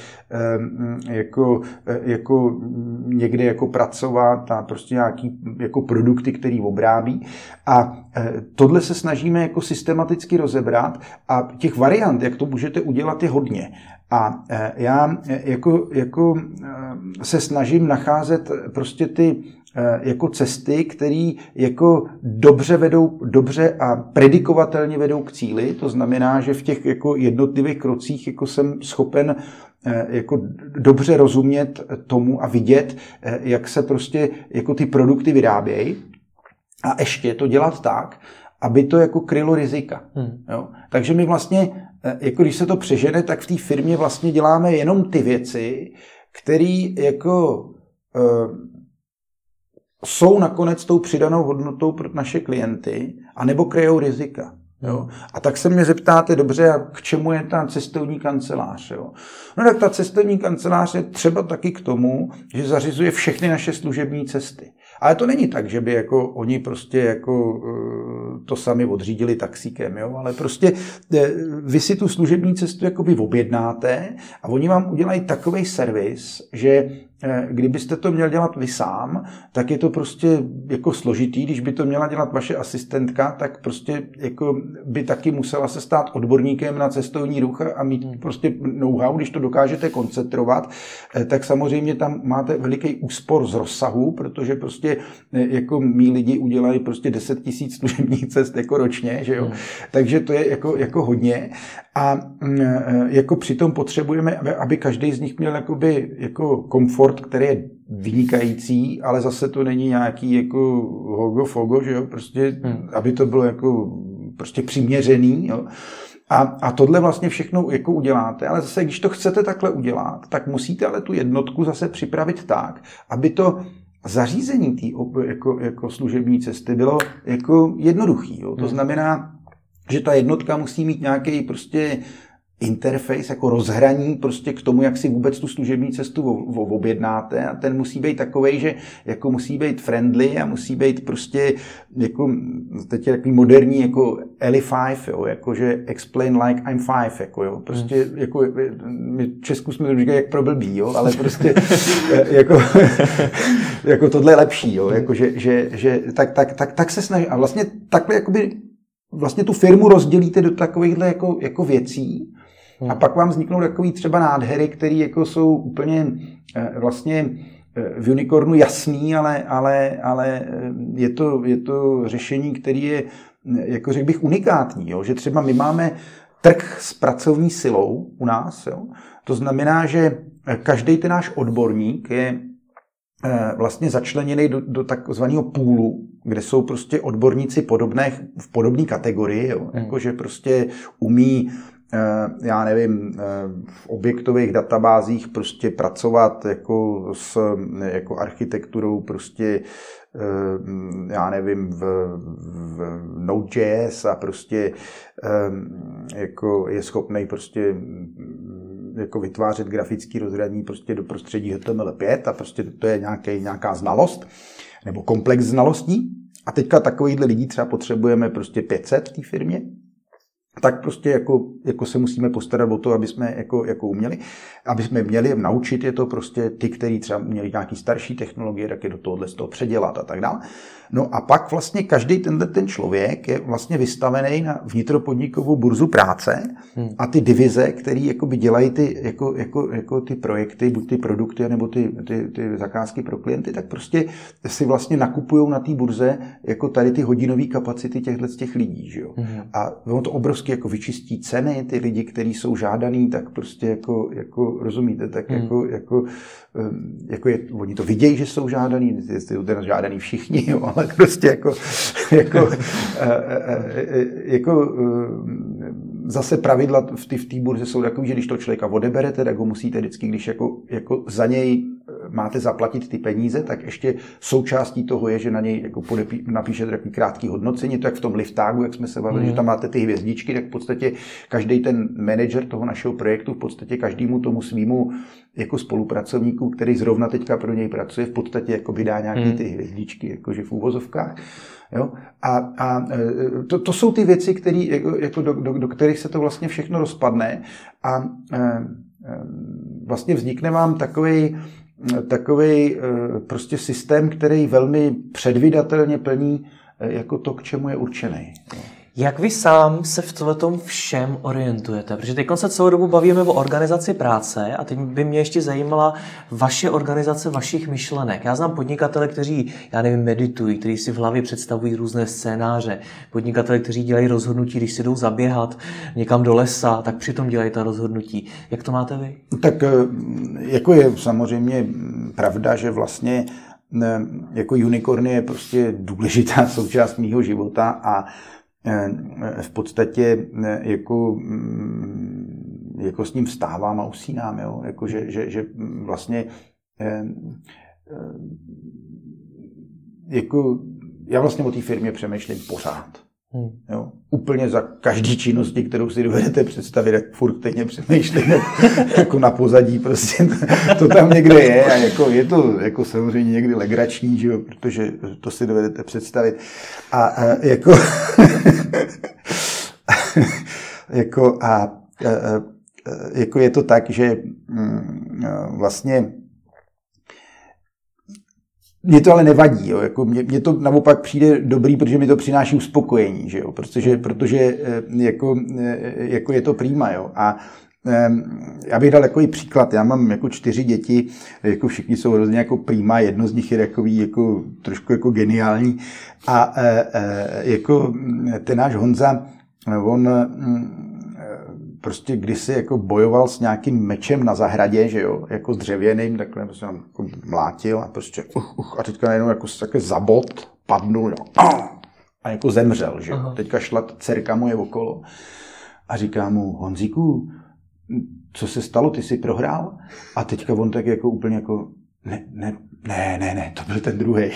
jako někde jako pracovat a prostě nějaký jako produkty, který obrábí. A tohle se snažíme jako systematicky rozebrat a těch variant, jak to můžete udělat, je hodně. A já jako se snažím nacházet prostě ty jako cesty, které jako dobře a predikovatelně vedou k cíli. To znamená, že v těch jako jednotlivých krocích jako jsem schopen jako dobře rozumět tomu a vidět, jak se prostě jako ty produkty vyrábějí a ještě to dělat tak, aby to jako krylo rizika. Jo? Takže my vlastně, jako když se to přežene, tak v té firmě vlastně děláme jenom ty věci, které jako jsou nakonec tou přidanou hodnotou pro naše klienty, anebo kryjou rizika. Jo? A tak se mě zeptáte, dobře, a k čemu je ta cestovní kancelář? Jo? No tak ta cestovní kancelář je třeba taky k tomu, že zařizuje všechny naše služební cesty. Ale to není tak, že by jako oni prostě jako to sami odřídili taxíkem, jo? Ale prostě vy si tu služební cestu jakoby objednáte a oni vám udělají takovej servis, že kdybyste to měl dělat vy sám, tak je to prostě jako složitý. Když by to měla dělat vaše asistentka, tak prostě jako by taky musela se stát odborníkem na cestovní ruch a mít prostě know-how. Když to dokážete koncentrovat, tak samozřejmě tam máte veliký úspor z rozsahu, protože prostě jako mý lidi udělají prostě 10 000 služebních cest jako ročně, že jo? Takže to je jako hodně. A jako přitom potřebujeme, aby každý z nich měl jakoby jako komfort, který je vynikající, ale zase to není nějaký jako hogo-fogo, že jo, prostě, aby to bylo jako prostě přiměřený, jo. A tohle vlastně všechno jako uděláte, ale zase, když to chcete takhle udělat, tak musíte ale tu jednotku zase připravit tak, aby to zařízení té jako služební cesty bylo jako jednoduchý, jo. To znamená, že ta jednotka musí mít nějaký prostě interface, jako rozhraní prostě k tomu, jak si vůbec tu služební cestu objednáte a ten musí být takovej, že jako musí být friendly a musí být prostě jako teď je takový moderní jako Eli 5, jo, jakože explain like I'm 5, jako jo, prostě jako my v Česku jsme to říkali jak pro blbý, jo, ale prostě jako tohle je lepší, jo, jako že tak se snaží a vlastně takhle jakoby vlastně tu firmu rozdělíte do takovýchhle jako věcí a pak vám vzniknou takový třeba nádhery, které jako jsou úplně vlastně v unicornu jasný, ale je to řešení, které je, jako řekl bych, unikátní. Jo? Že třeba my máme trh s pracovní silou u nás. Jo? To znamená, že každý ten náš odborník je vlastně začleněný do takzvaného půlu, kde jsou prostě odborníci v podobné kategorii, jo? Jakože prostě umí, já nevím, v objektových databázích prostě pracovat jako s jako architekturou prostě já nevím, v Node.js a prostě jako je schopný prostě jako vytvářet grafický rozhraní prostě do prostředí HTML5 a prostě to je nějaká znalost nebo komplex znalostí. A teďka takovýhle lidí třeba potřebujeme prostě 500 v té firmě, tak prostě jako se musíme postarat o to, aby jsme jako uměli, aby jsme měli naučit je to prostě ty, kteří třeba měli nějaký starší technologie, tak je do tohohle z toho předělat a tak dále. No a pak vlastně každý ten člověk je vlastně vystavený na vnitropodnikovou burzu práce a ty divize, které jakoby dělají ty, jako ty projekty, buď ty produkty, nebo ty zakázky pro klienty, tak prostě si vlastně nakupují na té burze jako tady ty hodinové kapacity těch lidí. Že jo? A ono to obrovsky jako vyčistí ceny, ty lidi, kteří jsou žádaný, tak prostě jako rozumíte, tak oni to vidějí, že jsou žádaný, jsou teda žádaný všichni, jo, ale prostě zase pravidla v té burze jsou takový, že když to člověka odeberete, tak ho musíte vždycky, když jako za něj máte zaplatit ty peníze, tak ještě součástí toho je, že na něj jako napíšete takový krátký hodnocení, to jak v tom liftágu, jak jsme se bavili, že tam máte ty hvězdičky, tak v podstatě každý ten manažer toho našeho projektu, v podstatě každému tomu svýmu jako spolupracovníku, který zrovna teďka pro něj pracuje, v podstatě jako vydá nějaký ty hvězdičky, jakože v úvozovkách. Jo? A to jsou ty věci, do kterých se to vlastně všechno rozpadne a vlastně vznikne vám takový prostě systém, který velmi předvídatelně plní jako to, k čemu je určený. Jak vy sám se v tom všem orientujete? Protože teď se celou dobu bavíme o organizaci práce a teď by mě ještě zajímala vaše organizace vašich myšlenek. Já znám podnikatele, kteří, meditují, kteří si v hlavě představují různé scénáře. Podnikatele, kteří dělají rozhodnutí, když si jdou zaběhat někam do lesa, tak přitom dělají ta rozhodnutí. Jak to máte vy? Tak jako je samozřejmě pravda, že vlastně jako unicorn je prostě důležitá součást mýho života a v podstatě jako s ním vstávám a usínám, jo? Jako, že vlastně jako já vlastně o té firmě přemýšlím pořád. Jo? Úplně za každý činnosti, kterou si dovedete představit, tak furt stejně přemýšlím jako na pozadí, prostě to tam někde je a je to jako samozřejmě někdy legrační, že jo? Protože to si dovedete představit a jako je to tak, že vlastně mě to ale nevadí, jo. Jako mě to naopak přijde dobrý, protože mi to přináší uspokojení, že jo? Protože jako je to prima, jo. A já bych dal takový příklad, já mám jako 4 děti, jako všichni jsou hrozně jako prima, jedno z nich je takový jako trošku jako geniální a jako ten náš Honza, on prostě kdysi jako bojoval s nějakým mečem na zahradě, že jo, jako s dřevěným, takhle prostě jako mlátil a prostě a teďka najednou jako takhle zabot, padnul, jo, a jako zemřel, že jo. Teďka šla dcerka moje okolo a říká mu: Honzíku, co se stalo, ty jsi prohrál? A teďka on tak jako úplně jako ne, to byl ten druhej.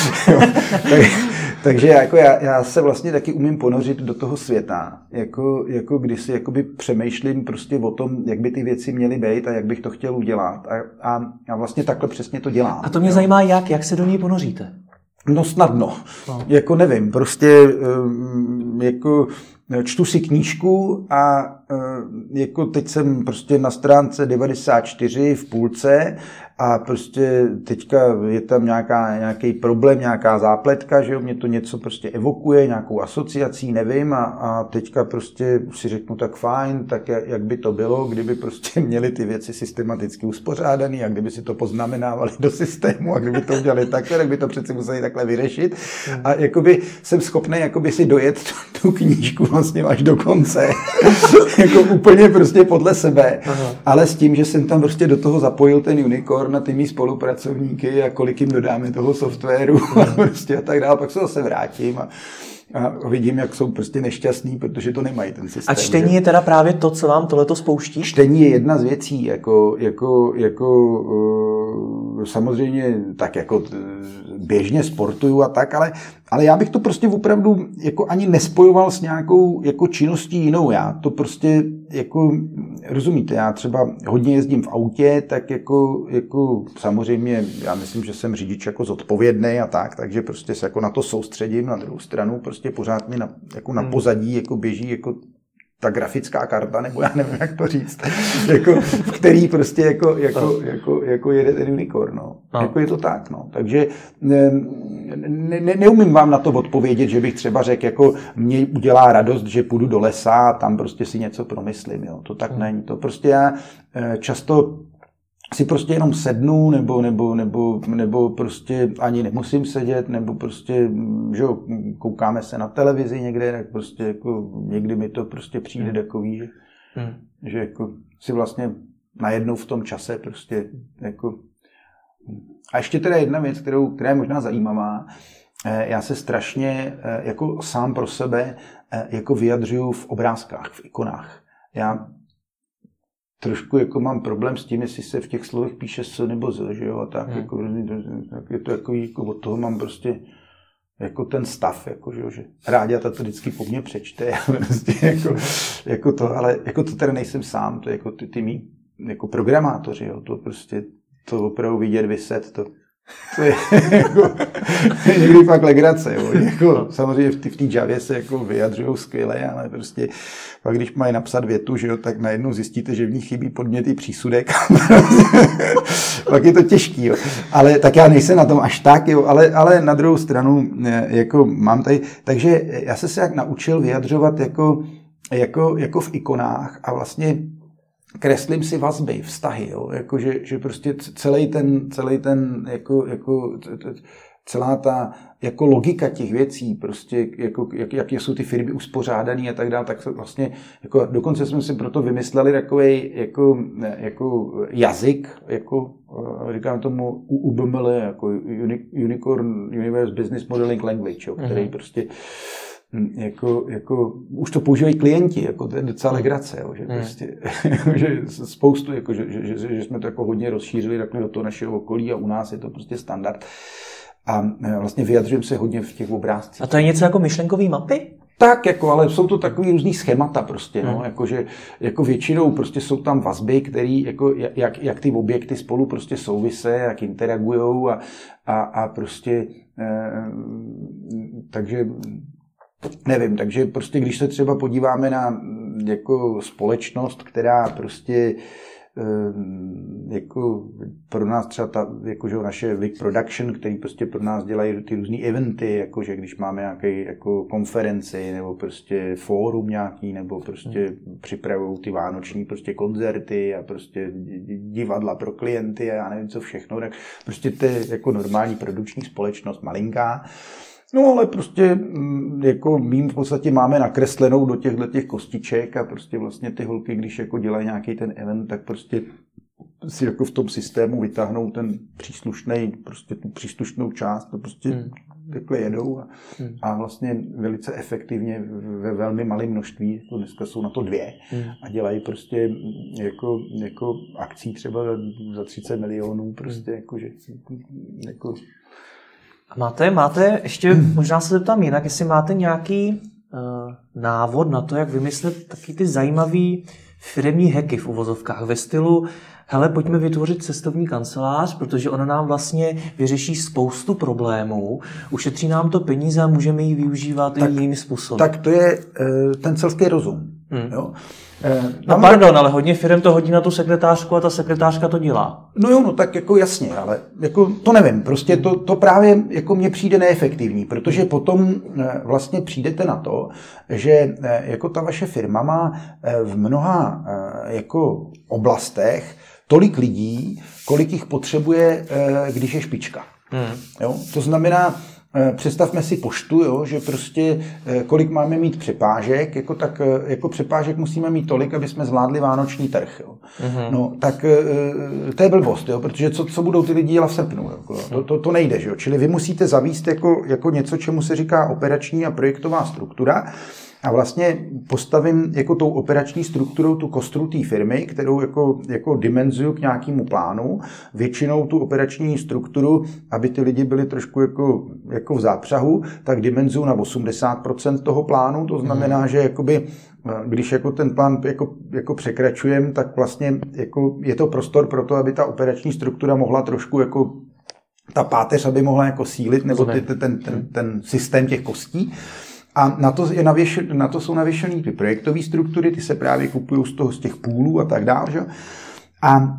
Takže jako já se vlastně taky umím ponořit do toho světa, jako když si jakoby přemýšlím prostě o tom, jak by ty věci měly být a jak bych to chtěl udělat. A vlastně takhle přesně to dělám. A to mě zajímá, jak se do něj ponoříte? No snadno. Jako nevím, prostě jako čtu si knížku a jako teď jsem prostě na stránce 94 v půlce a prostě teďka je tam nějaký problém, nějaká zápletka, že jo, mě to něco prostě evokuje, nějakou asociací, nevím a teďka prostě si řeknu tak fajn, tak jak by to bylo, kdyby prostě měli ty věci systematicky uspořádaný a kdyby si to poznamenávali do systému a kdyby to udělali takhle, tak by to přeci museli takhle vyřešit a jakoby jsem schopný jakoby si dojet tu knížku vlastně až do konce, jako úplně prostě podle sebe, ale s tím, že jsem tam prostě do toho zapojil ten unicorn na ty mý spolupracovníky a kolik jim dodáme toho softwaru prostě a tak dále, pak se zase vrátím a vidím, jak jsou prostě nešťastní, protože to nemají ten systém. A čtení je teda právě to, co vám tohleto spouští? Čtení je jedna z věcí, samozřejmě tak jako běžně sportuju a tak, ale já bych to prostě opravdu jako ani nespojoval s nějakou jako činností jinou. Já to prostě jako, rozumíte, já třeba hodně jezdím v autě, tak jako samozřejmě, já myslím, že jsem řidič jako zodpovědný a tak, takže prostě se jako na to soustředím, na druhou stranu prostě pořád mi na pozadí jako běží jako ta grafická karta, nebo já nevím, jak to říct, jako, v který prostě jako jede ten unicorn, no. Jako je to tak, no. Takže neumím vám na to odpovědět, že bych třeba řekl, jako mě udělá radost, že půjdu do lesa a tam prostě si něco promyslím, jo. To tak není. To prostě já často si prostě jenom sednu, nebo prostě ani nemusím sedět, nebo prostě, že jo, koukáme se na televizi někde, tak prostě jako někdy mi to prostě přijde takový, že jako si vlastně najednou v tom čase prostě jako... A ještě teda jedna věc, která je možná zajímavá, já se strašně jako sám pro sebe jako vyjadřuju v obrázkách, v ikonách. Já trošku jako mám problém s tím, jestli se v těch slovech píše s nebo z, že jo, a tak, jako, tak je to jako od toho mám prostě jako ten stav, jako, že Ráďa to vždycky po mně přečte, prostě jako to, ale jako to teda nejsem sám, to je jako ty mý jako programátoři, jo, to prostě to opravdu vidět, vyset, To je jako, někdy fakt legrace. Jo. Jako, samozřejmě v té Javě se jako vyjadřují skvěle, ale prostě pak když mají napsat větu, že jo, tak najednou zjistíte, že v ní chybí podmět i přísudek. Pak je to těžký. Jo. Ale tak já nejsem na tom až tak, jo, ale na druhou stranu jako mám tady. Takže já jsem se jak naučil vyjadřovat jako v ikonách a vlastně kreslím si vazby, vztahy, jo? Jako, že prostě celý ten celá ta jako logika těch věcí, prostě jak jsou ty firmy uspořádané a tak dále, tak vlastně jako dokonce jsme si proto vymysleli takovej jako jazyk, jako říkám tomu UBML, jako Unicorn Universe Business Modeling Language, jo, který prostě jako už to používají klienti, jako to je docela legrace, jo, že prostě, že spoustu, jako, že jsme to jako hodně rozšířili takhle do toho našeho okolí a u nás je to prostě standard. A vlastně vyjadřujeme se hodně v těch obrázcích. A to je něco jako myšlenkový mapy? Tak, jako, ale jsou to takový různý schémata prostě, no, jakože, jako většinou prostě jsou tam vazby, který, jako, jak ty objekty spolu prostě souvise, jak interagujou a prostě, takže nevím, takže prostě když se třeba podíváme na jako společnost, která prostě jako pro nás třeba jakože naše Big Production, který prostě pro nás dělají ty různý eventy, jakože když máme nějaké jako konferenci nebo prostě fórum nějaký, nebo prostě připravují ty vánoční prostě koncerty a prostě divadla pro klienty a já nevím co všechno, tak prostě to je jako normální produkční společnost, malinká. No ale prostě jako mým v podstatě máme nakreslenou do těch kostiček a prostě vlastně ty holky, když jako dělají nějaký ten event, tak prostě si jako v tom systému vytáhnou ten příslušný, prostě tu příslušnou část, to prostě takhle jedou a vlastně velice efektivně ve velmi malém množství, jako dneska jsou na to 2 a dělají prostě jako akcí třeba za 30 milionů, prostě jakože jako. Máte ještě, možná se zeptám jinak, jestli máte nějaký návod na to, jak vymyslet taky ty zajímavý firemní hacky v uvozovkách ve stylu, hele, pojďme vytvořit cestovní kancelář, protože ona nám vlastně vyřeší spoustu problémů, ušetří nám to peníze a můžeme ji využívat i jiným způsobem. Tak to je ten selský rozum. Jo. No pardon, ale hodně firem to hodí na tu sekretářku a ta sekretářka to dělá. No jo, no tak jako jasně, ale jako to nevím, prostě to právě jako mně přijde neefektivní, protože potom vlastně přijdete na to, že jako ta vaše firma má v mnoha jako oblastech tolik lidí, kolik jich potřebuje, když je špička. Jo? To znamená, představme si poštu, jo, že prostě kolik máme mít přepážek, jako přepážek musíme mít tolik, aby jsme zvládli vánoční trh. Jo. No, tak to je blbost, jo, protože co budou ty lidi dělat v srpnu? Jo, to nejde, že jo. Čili vy musíte zavést jako něco, čemu se říká operační a projektová struktura. A vlastně postavím jako tou operační strukturou tu kostru té firmy, kterou jako dimenzuju k nějakému plánu. Většinou tu operační strukturu, aby ty lidi byli trošku jako v zápřahu, tak dimenzuju na 80% toho plánu. To znamená, že jakoby, když jako ten plán jako překračujeme, tak vlastně jako je to prostor pro to, aby ta operační struktura mohla trošku jako ta páteř, aby mohla jako sílit, nebo ten systém těch kostí. A na to jsou navěšené ty projektové struktury, ty se právě kupují z těch půlů a tak dále. Že? A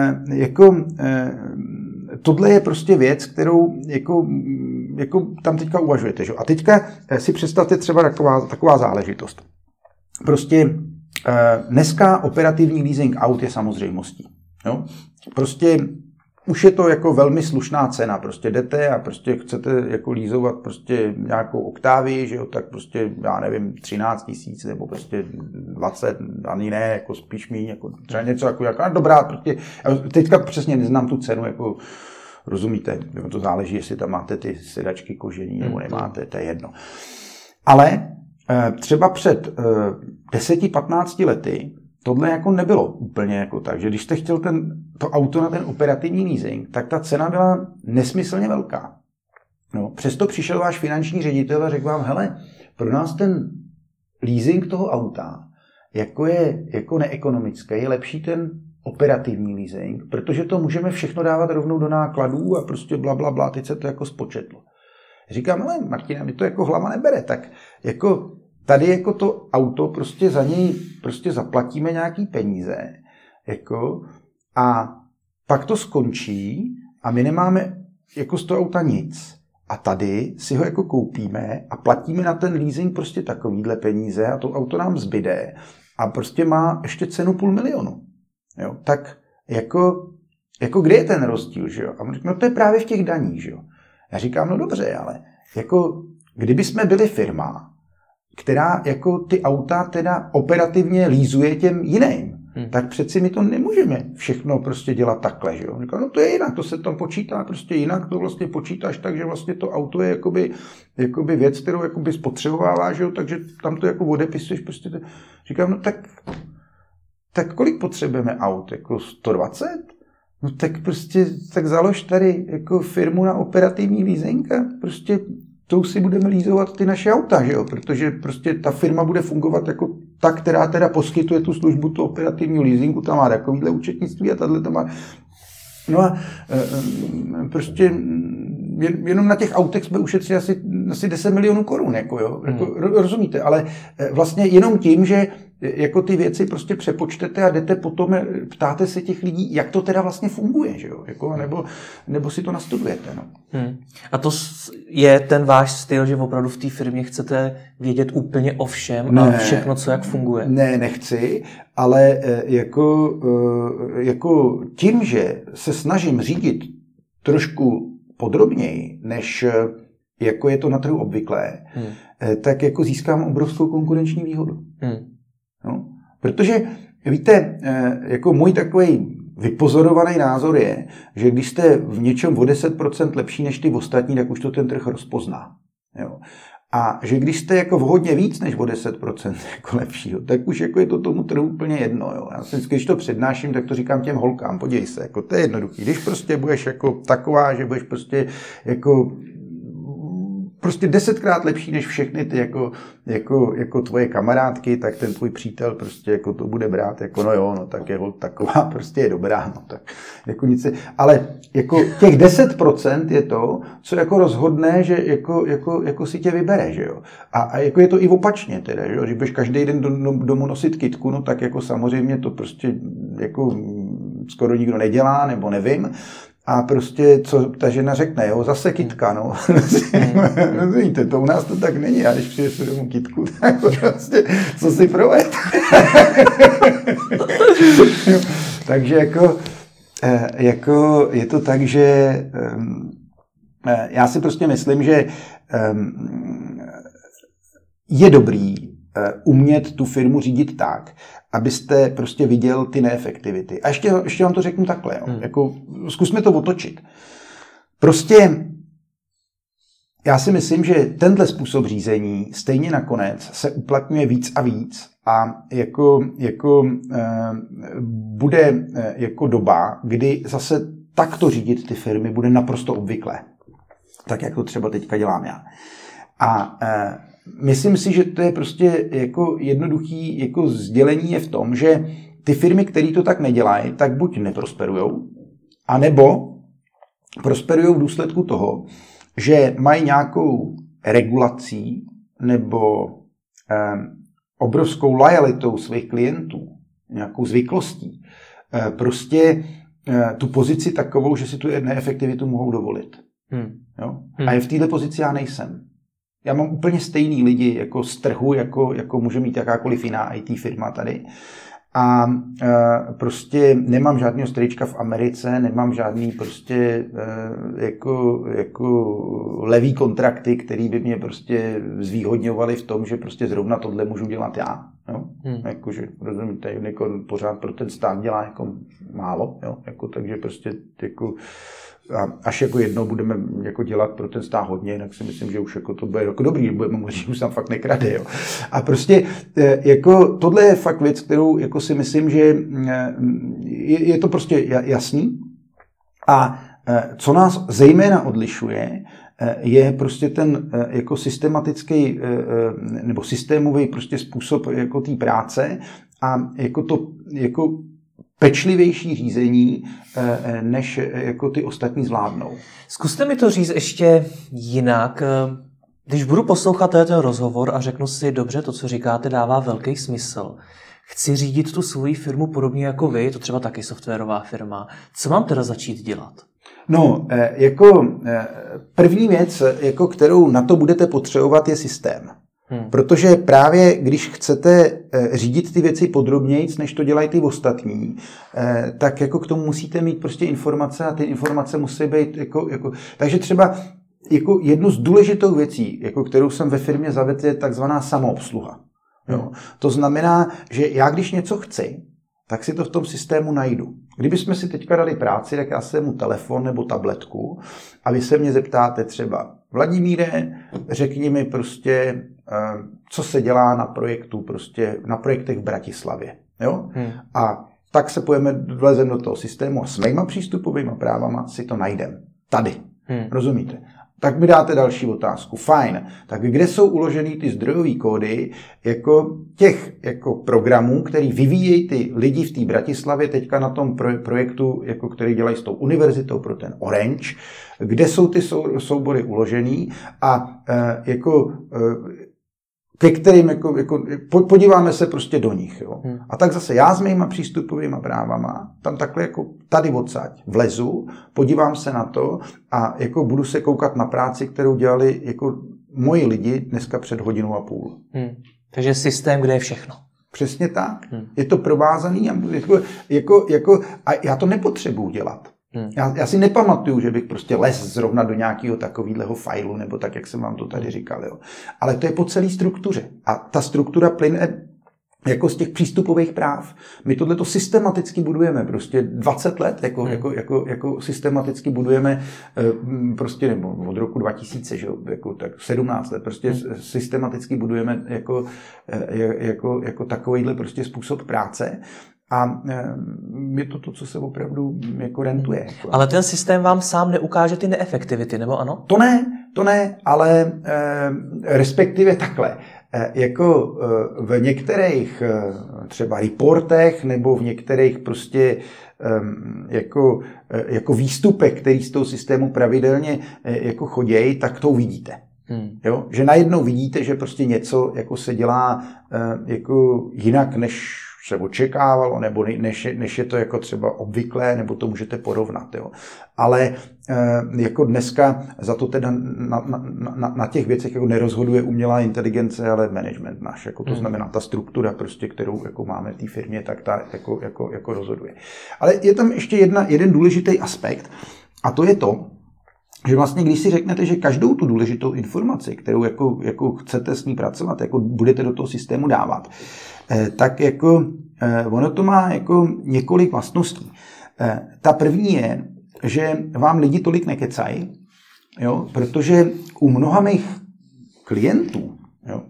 tohle je prostě věc, kterou jako tam teďka uvažujete. Že? A teďka si představte třeba taková záležitost. Prostě dneska operativní leasing aut je samozřejmostí. Jo? Prostě už je to jako velmi slušná cena, prostě jdete a prostě chcete jako lízovat prostě nějakou Octavii, že jo, tak prostě, já nevím, 13 000 nebo prostě 20, ani ne, jako spíš míň, jako třeba něco jako dobrá, prostě, teďka přesně neznám tu cenu, jako rozumíte, to záleží, jestli tam máte ty sedačky kožení nebo nemáte, to je jedno. Ale třeba před 10-15 lety tohle jako nebylo úplně jako tak, že když jste chtěl to auto na ten operativní leasing, tak ta cena byla nesmyslně velká. No, přesto přišel váš finanční ředitel a řekl vám, hele, pro nás ten leasing toho auta jako je jako neekonomický, je lepší ten operativní leasing, protože to můžeme všechno dávat rovnou do nákladů a prostě blablabla, teď se to jako spočetlo. Říkám, ale Martina, mi to jako hlava nebere, tak jako tady jako to auto prostě za něj prostě zaplatíme nějaký peníze jako, a pak to skončí a my nemáme jako z toho auta nic. A tady si ho jako koupíme a platíme na ten leasing prostě takovýhle peníze a to auto nám zbyde a prostě má ještě cenu 500 000. Jo? Tak jako kde je ten rozdíl? Že jo? A on říká, no to je právě v těch daních. Že jo? Já říkám, no dobře, ale jako kdyby jsme byli firma, která jako ty auta teda operativně lízuje těm jiným, tak přeci my to nemůžeme všechno prostě dělat takhle, že jo. Říkám, no to je jinak, to se tam počítá prostě jinak, to vlastně počítáš tak, že vlastně to auto je jakoby věc, kterou jakoby spotřebovává, že jo, takže tam to jako odepisuješ prostě. Říkám, no tak kolik potřebujeme aut, jako 120? No tak založ tady jako firmu na operativní leasing a prostě tou si budeme lízovat ty naše auta, že jo? Protože prostě ta firma bude fungovat jako ta, která teda poskytuje tu službu toho operativního leasingu, tam má takovýhle účetnictví a tahle to má. No a prostě jenom na těch autech jsme ušetřili asi 10 milionů korun, jako jo, jako, rozumíte, ale vlastně jenom tím, že jako ty věci prostě přepočtete a jdete potom, ptáte se těch lidí, jak to teda vlastně funguje, že jo, jako, nebo si to nastudujete, no. A to je ten váš styl, že opravdu v té firmě chcete vědět úplně o všem a všechno, co jak funguje? Ne, nechci, ale jako tím, že se snažím řídit trošku podrobněji, než jako je to na trhu obvyklé, tak jako získám obrovskou konkurenční výhodu. No? Protože, víte, jako můj takový vypozorovaný názor je, že když jste v něčem o 10% lepší než ty ostatní, tak už to ten trh rozpozná. Jo? A že když jste jako v hodně víc než o 10% jako lepšího, tak už jako je to tomu trhu úplně jedno. Jo? Já si vždycky, když to přednáším, tak to říkám těm holkám, podívej se, jako to je jednoduchý. Když prostě budeš jako taková, že budeš prostě jako prostě 10krát lepší než všechny ty jako tvoje kamarádky, tak ten tvůj přítel prostě jako to bude brát, jako no jo, no tak je taková, prostě je dobrá, no tak jako nic. Ale jako těch 10% je to, co jako rozhodne, že jako si tě vybere, že jo. A jako je to i opačně teda, že jo. Když budeš každý den domů nosit kytku, no tak jako samozřejmě to prostě jako skoro nikdo nedělá, nebo nevím. A prostě, co ta žena řekne, jo, zase kytka, no. Rozumíte, to u nás to tak není. Já když přijdeš domů kytku, tak prostě, co si proved. Takže jako je to tak, že já si prostě myslím, že je dobrý umět tu firmu řídit tak, abyste prostě viděl ty neefektivity. A ještě vám to řeknu takhle. Jo. Jako, zkusme to otočit. Prostě já si myslím, že tenhle způsob řízení stejně nakonec se uplatňuje víc a víc a bude jako doba, kdy zase takto řídit ty firmy bude naprosto obvyklé. Tak, jak to třeba teďka dělám já. A myslím si, že to je prostě jako jednoduchý jako sdělení je v tom, že ty firmy, které to tak nedělají, tak buď neprosperujou, anebo prosperujou v důsledku toho, že mají nějakou regulací nebo obrovskou lojalitou svých klientů, nějakou zvyklostí, prostě tu pozici takovou, že si tu neefektivitu mohou dovolit. Jo? A je v této pozici já nejsem. Já mám úplně stejný lidi jako z trhu, jako může mít jakákoliv jiná IT firma tady. A prostě nemám žádného strýčka v Americe, nemám žádný prostě jako levý kontrakty, který by mě prostě zvýhodňovaly v tom, že prostě zrovna tohle můžu dělat já. Jo? Jakože, rozumíte, Unicorn pořád pro ten stát dělá jako málo, jo? Jako, takže prostě jako až jako jednou budeme jako dělat pro ten stát hodně, tak si myslím, že už jako to bude jako dobrý, že budeme moci, že už tam fakt nekrade. Jo. A prostě jako tohle je fakt věc, kterou jako si myslím, že je to prostě jasný. A co nás zejména odlišuje, je prostě ten jako systematický nebo systémový prostě způsob jako té práce a jako to jako pečlivější řízení, než jako ty ostatní zvládnou. Zkuste mi to říct ještě jinak. Když budu poslouchat ten rozhovor a řeknu si, dobře, to, co říkáte, dává velký smysl. Chci řídit tu svoji firmu podobně jako vy, je to třeba taky softwarová firma. Co mám teda začít dělat? No, jako první věc, jako kterou na to budete potřebovat, je systém. Protože právě když chcete řídit ty věci podrobnějc, než to dělají ty ostatní, tak jako k tomu musíte mít prostě informace a ty informace musí být jako takže třeba jako jednu z důležitou věcí, jako kterou jsem ve firmě zavedl, je takzvaná samoobsluha. Jo. To znamená, že já když něco chci, tak si to v tom systému najdu. Kdybychom si teďka dali práci, tak já si mu telefon nebo tabletku a vy se mě zeptáte třeba: Vladimíre, řekni mi prostě, co se dělá na projektu, prostě na projektech v Bratislavě. Jo? A tak se vlezeme do toho systému a s mýma přístupovými právama si to najdem. Tady. Rozumíte? Tak mi dáte další otázku. Fajn. Tak kde jsou uložený ty zdrojové kódy jako těch jako programů, který vyvíjejí ty lidi v té Bratislavě teďka na tom projektu, jako který dělají s tou univerzitou pro ten Orange, kde jsou ty soubory uložený a ke kterým podíváme se prostě do nich. Jo. A tak zase já s mýma přístupovými právama tam takhle jako tady odsaď vlezu, podívám se na to a jako budu se koukat na práci, kterou dělali jako moji lidi dneska před hodinou a půl. Takže systém, kde je všechno. Přesně tak. Je to provázaný a já to nepotřebuji dělat. Já si nepamatuju, že bych prostě les zrovna do nějakého takového failu, nebo tak, jak jsem vám to tady říkal. Jo. Ale to je po celé struktuře. A ta struktura plyne jako z těch přístupových práv. My tohleto systematicky budujeme, prostě 20 let, jako systematicky budujeme prostě, nebo od roku 2000, že, jako tak 17 let, prostě systematicky budujeme jako takovýhle prostě způsob práce. A je to, co se opravdu jako rentuje. Ale ten systém vám sám neukáže ty neefektivity, nebo ano? To ne, ale respektive takhle. Jako v některých třeba reportech nebo v některých prostě jako výstupech, který z toho systému pravidelně jako chodějí, tak to uvidíte. Jo? Že najednou vidíte, že prostě něco jako se dělá jako jinak, než se očekávalo, nebo než je to jako třeba obvyklé, nebo to můžete porovnat. Jo. Ale jako dneska za to teda na těch věcech jako nerozhoduje umělá inteligence, ale management náš. Jako to znamená ta struktura, prostě, kterou jako máme v té firmě, tak ta jako rozhoduje. Ale je tam ještě jeden důležitý aspekt, a to je to, že vlastně, když si řeknete, že každou tu důležitou informaci, kterou jako chcete s ní pracovat, jako budete do toho systému dávat, tak jako ono to má jako několik vlastností. Ta první je, že vám lidi tolik nekecají, jo, protože u mnoha mých klientů, jo,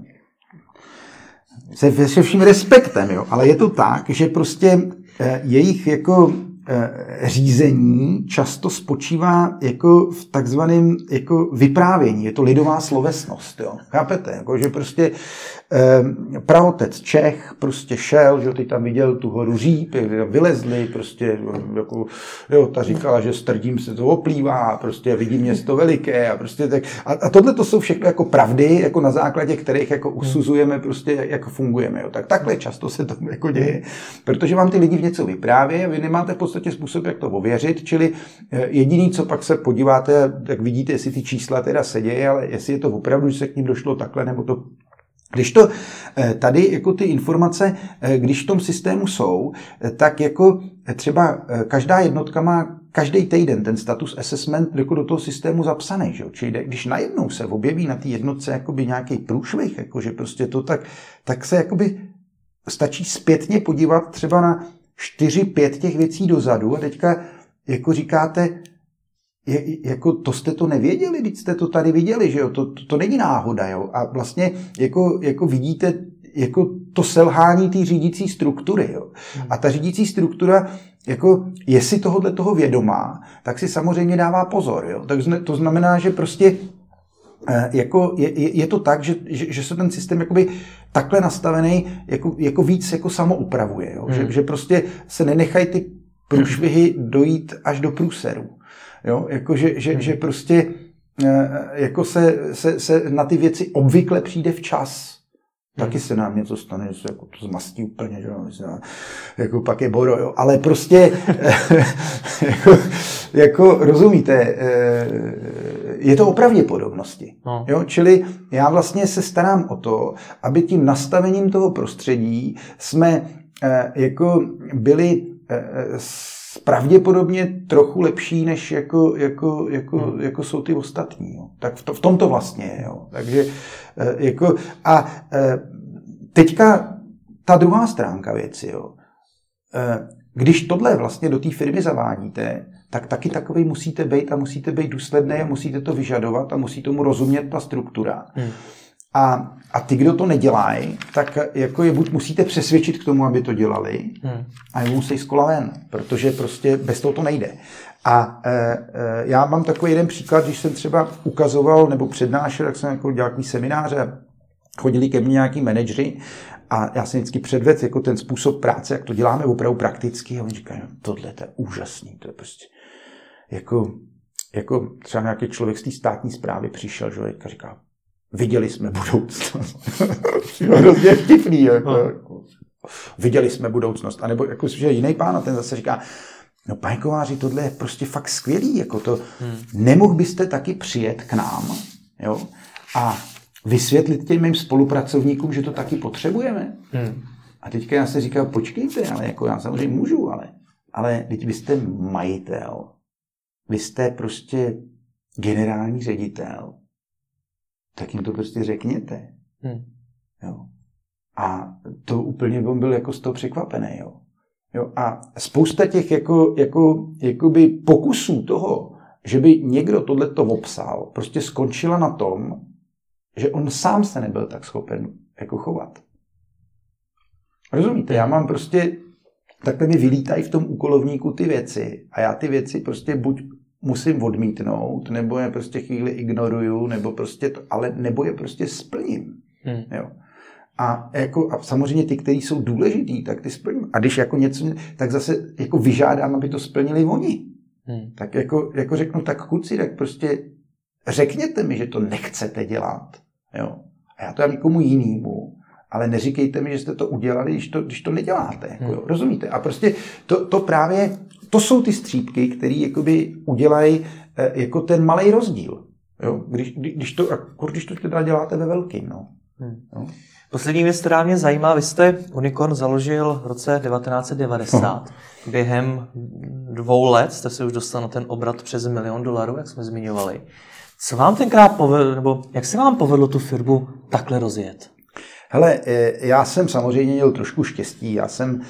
se vším respektem, jo, ale je to tak, že prostě jejich jako řízení často spočívá jako v takzvaném jako vyprávění. Je to lidová slovesnost. Jo. Chápete? Jako, že prostě praotec Čech prostě šel, že ty tam viděl tu horu Říp, vylezli, prostě jako, jo, ta říkala, že strdím se to oplývá, prostě vidí město veliké a prostě tak. A tohle to jsou všechno jako pravdy, jako na základě kterých jako usuzujeme prostě, jako fungujeme. Jo. Tak takhle často se to jako děje, protože vám ty lidi v něco vyprávějí a vy nemáte v podstatě způsob, jak to ověřit, čili jediný, co pak se podíváte, tak vidíte, jestli ty čísla teda se dějí, ale jestli je to opravdu, že se k ním došlo takhle, nebo to. Když to tady jako ty informace, když v tom systému jsou, tak jako třeba každá jednotka má každý týden ten status assessment jako do toho systému zapsaný. Že? Čili když najednou se objeví na té jednotce jakoby nějaký průšvih, jako že prostě to tak se jakoby stačí zpětně podívat třeba na 4-5 těch věcí dozadu a teďka jako říkáte, jako to jste to nevěděli, teď jste to tady viděli, že jo, to není náhoda, jo, a vlastně jako vidíte jako to selhání té řídící struktury, jo. A ta řídící struktura, jako je si toho vědomá, tak si samozřejmě dává pozor, jo. Tak to znamená, že prostě jako je to tak, že se ten systém jakoby takhle nastavený jako víc jako samoupravuje. Jo? Že prostě se nenechají ty průšvihy dojít až do průseru. Jo? Jako že prostě jako se na ty věci obvykle přijde včas. Taky se nám něco stane, že se jako to zmastí úplně, že jako pak je boro, jo. Ale prostě jako rozumíte, je to o pravděpodobnosti. No. Jo? Čili já vlastně se starám o to, aby tím nastavením toho prostředí jsme jako byli pravděpodobně trochu lepší, než jako jsou ty ostatní. Jo. Tak v tom to vlastně je. Jo. Takže jako teďka ta druhá stránka věci. Jo. Když tohle vlastně do té firmy zavádíte, tak taky takovej musíte být a musíte být důsledný a musíte to vyžadovat a musí tomu rozumět ta struktura. A ty, kdo to nedělají, tak jako je buď musíte přesvědčit k tomu, aby to dělali, a nebo musí z kola ven, protože prostě bez toho to nejde. A já mám takový jeden příklad, když jsem třeba ukazoval nebo přednášel, jak jsem jako dělal nějaký semináře, chodili ke mně nějaký manažři a já jsem vždycky předvedl jako ten způsob práce, jak to děláme opravdu prakticky a oni říkají, no, tohle to je úžasný, to je prostě jako třeba nějaký člověk z té státní správy přišel, že a říká, viděli jsme budoucnost. Hrozně vtipný. Jako. Viděli jsme budoucnost. A nebo jako, že jiný pán a ten zase říká, no pane Kováři, tohle je prostě fakt skvělý. Jako to, nemohl byste taky přijet k nám, jo, a vysvětlit těm mým spolupracovníkům, že to taky potřebujeme. A teďka já se říkal, počkejte, ale jako já samozřejmě můžu, ale teď vy jste majitel. Vy jste prostě generální ředitel. Tak jim to prostě řekněte. Jo. A to úplně on byl jako z toho překvapený. Jo. A spousta těch jakoby pokusů toho, že by někdo tohleto opsal, prostě skončila na tom, že on sám se nebyl tak schopen jako chovat. Rozumíte? Já mám prostě, takhle mi vylítají v tom úkolovníku ty věci a já ty věci prostě buď musím odmítnout, nebo je prostě chvíli ignoruju, nebo prostě nebo je prostě splním. Jo. A samozřejmě ty, kteří jsou důležitý, tak ty splním. A když jako něco, tak zase jako vyžádám, aby to splnili oni. Tak jako řeknu, tak kluci, tak prostě řekněte mi, že to nechcete dělat. Jo. A já to dám někomu jinému. Ale neříkejte mi, že jste to udělali, když to neděláte. Jako, jo. Rozumíte? A prostě to právě to jsou ty střípky, které jakoby udělají jako ten malej rozdíl. Jo? Když to teda děláte ve velkým. No. Jo? Poslední věc, která mě zajímá, vy jste Unicorn založil v roce 1990. Během 2 let jste se už dostal na ten obrat přes $1 milion, jak jsme zmiňovali. Co vám tenkrát povedlo, nebo jak se vám povedlo tu firmu takhle rozjet? Hele, já jsem samozřejmě měl trošku štěstí. Já jsem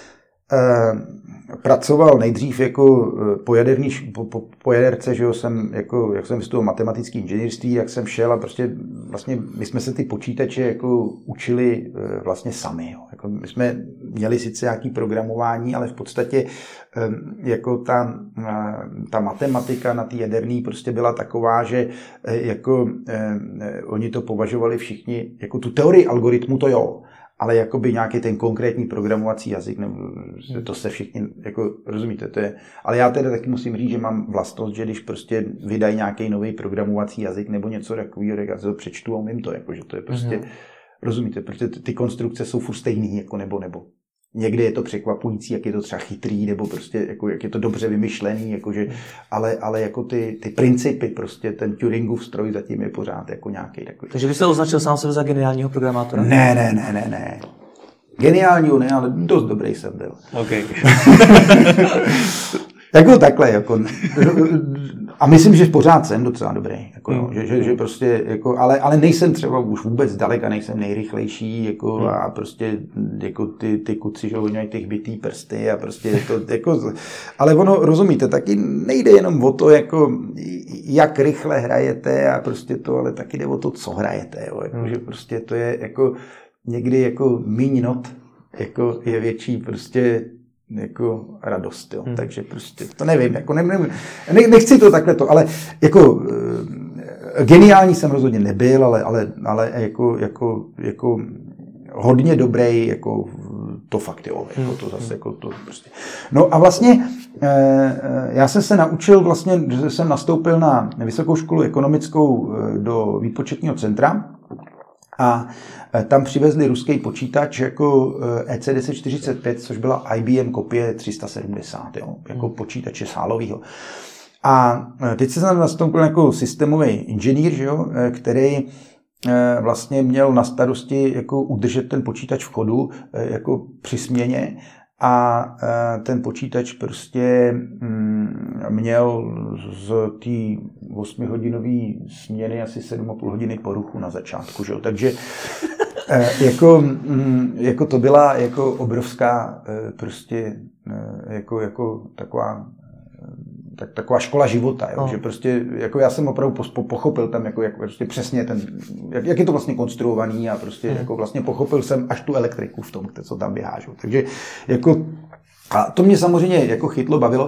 pracoval nejdřív jako po jaderce, že jo, jak jsem vystudoval matematické inženýrství, jak jsem šel a prostě vlastně my jsme se ty počítače jako učili vlastně sami. Jo. Jako my jsme měli sice nějaký programování, ale v podstatě jako ta matematika na té jaderné prostě byla taková, že jako oni to považovali všichni, jako tu teorii algoritmu to jo, ale jakoby nějaký ten konkrétní programovací jazyk, to se všichni, jako rozumíte, to je, ale já teda taky musím říct, že mám vlastnost, že když prostě vydají nějaký nový programovací jazyk nebo něco takového, tak já se to přečtu a umím to, jako, že to je prostě, rozumíte, protože ty konstrukce jsou furt stejný, jako nebo. Někdy je to překvapující, jak je to třeba chytrý, nebo prostě jako, jak je to dobře vymyšlený, jakože, ale jako ty principy, prostě ten Turingův stroj zatím je pořád jako nějaký takový. Takže vy jste označil sám sebe za geniálního programátora? Ne. Geniálního ne, ale dost dobrý jsem byl. Okay. Jako takhle, jako, a myslím, že pořád jsem docela dobrý, jako, že prostě, jako, ale nejsem třeba už vůbec zdaleka, nejsem nejrychlejší, jako, a prostě jako ty kuci, že oni mají těch bitý prsty a prostě to, jako, ale ono, rozumíte, taky nejde jenom o to, jako, jak rychle hrajete a prostě to, ale taky jde o to, co hrajete, jo, jako, že prostě to je jako někdy jako míň not, jako je větší prostě jako radost, jo. Takže prostě to nevím, jako nechci to takhle to, ale jako Geniální jsem rozhodně nebyl, ale jako hodně dobrý, jako to fakt jo, jako to zase, jako to prostě. No a vlastně já jsem se naučil vlastně, že jsem nastoupil na Vysokou školu ekonomickou do výpočetního centra a tam přivezli ruský počítač jako EC1045, což byla IBM kopie 370, jo, jako počítače sálovýho. A teď se jsem nastoupil jako systémový inženýr, že jo, který vlastně měl na starosti jako udržet ten počítač v chodu jako při směně a ten počítač prostě měl z té 8hodinové směny asi 7,5 hodiny poruchu na začátku, že jo, takže jako to byla jako obrovská prostě jako taková škola života, jo? Že prostě jako já jsem opravdu pochopil tam jako prostě přesně jak je to vlastně konstruovaný a prostě jako vlastně pochopil jsem až tu elektriku v tom, co tam běhá, že? Takže jako a to mě samozřejmě jako chytlo, bavilo.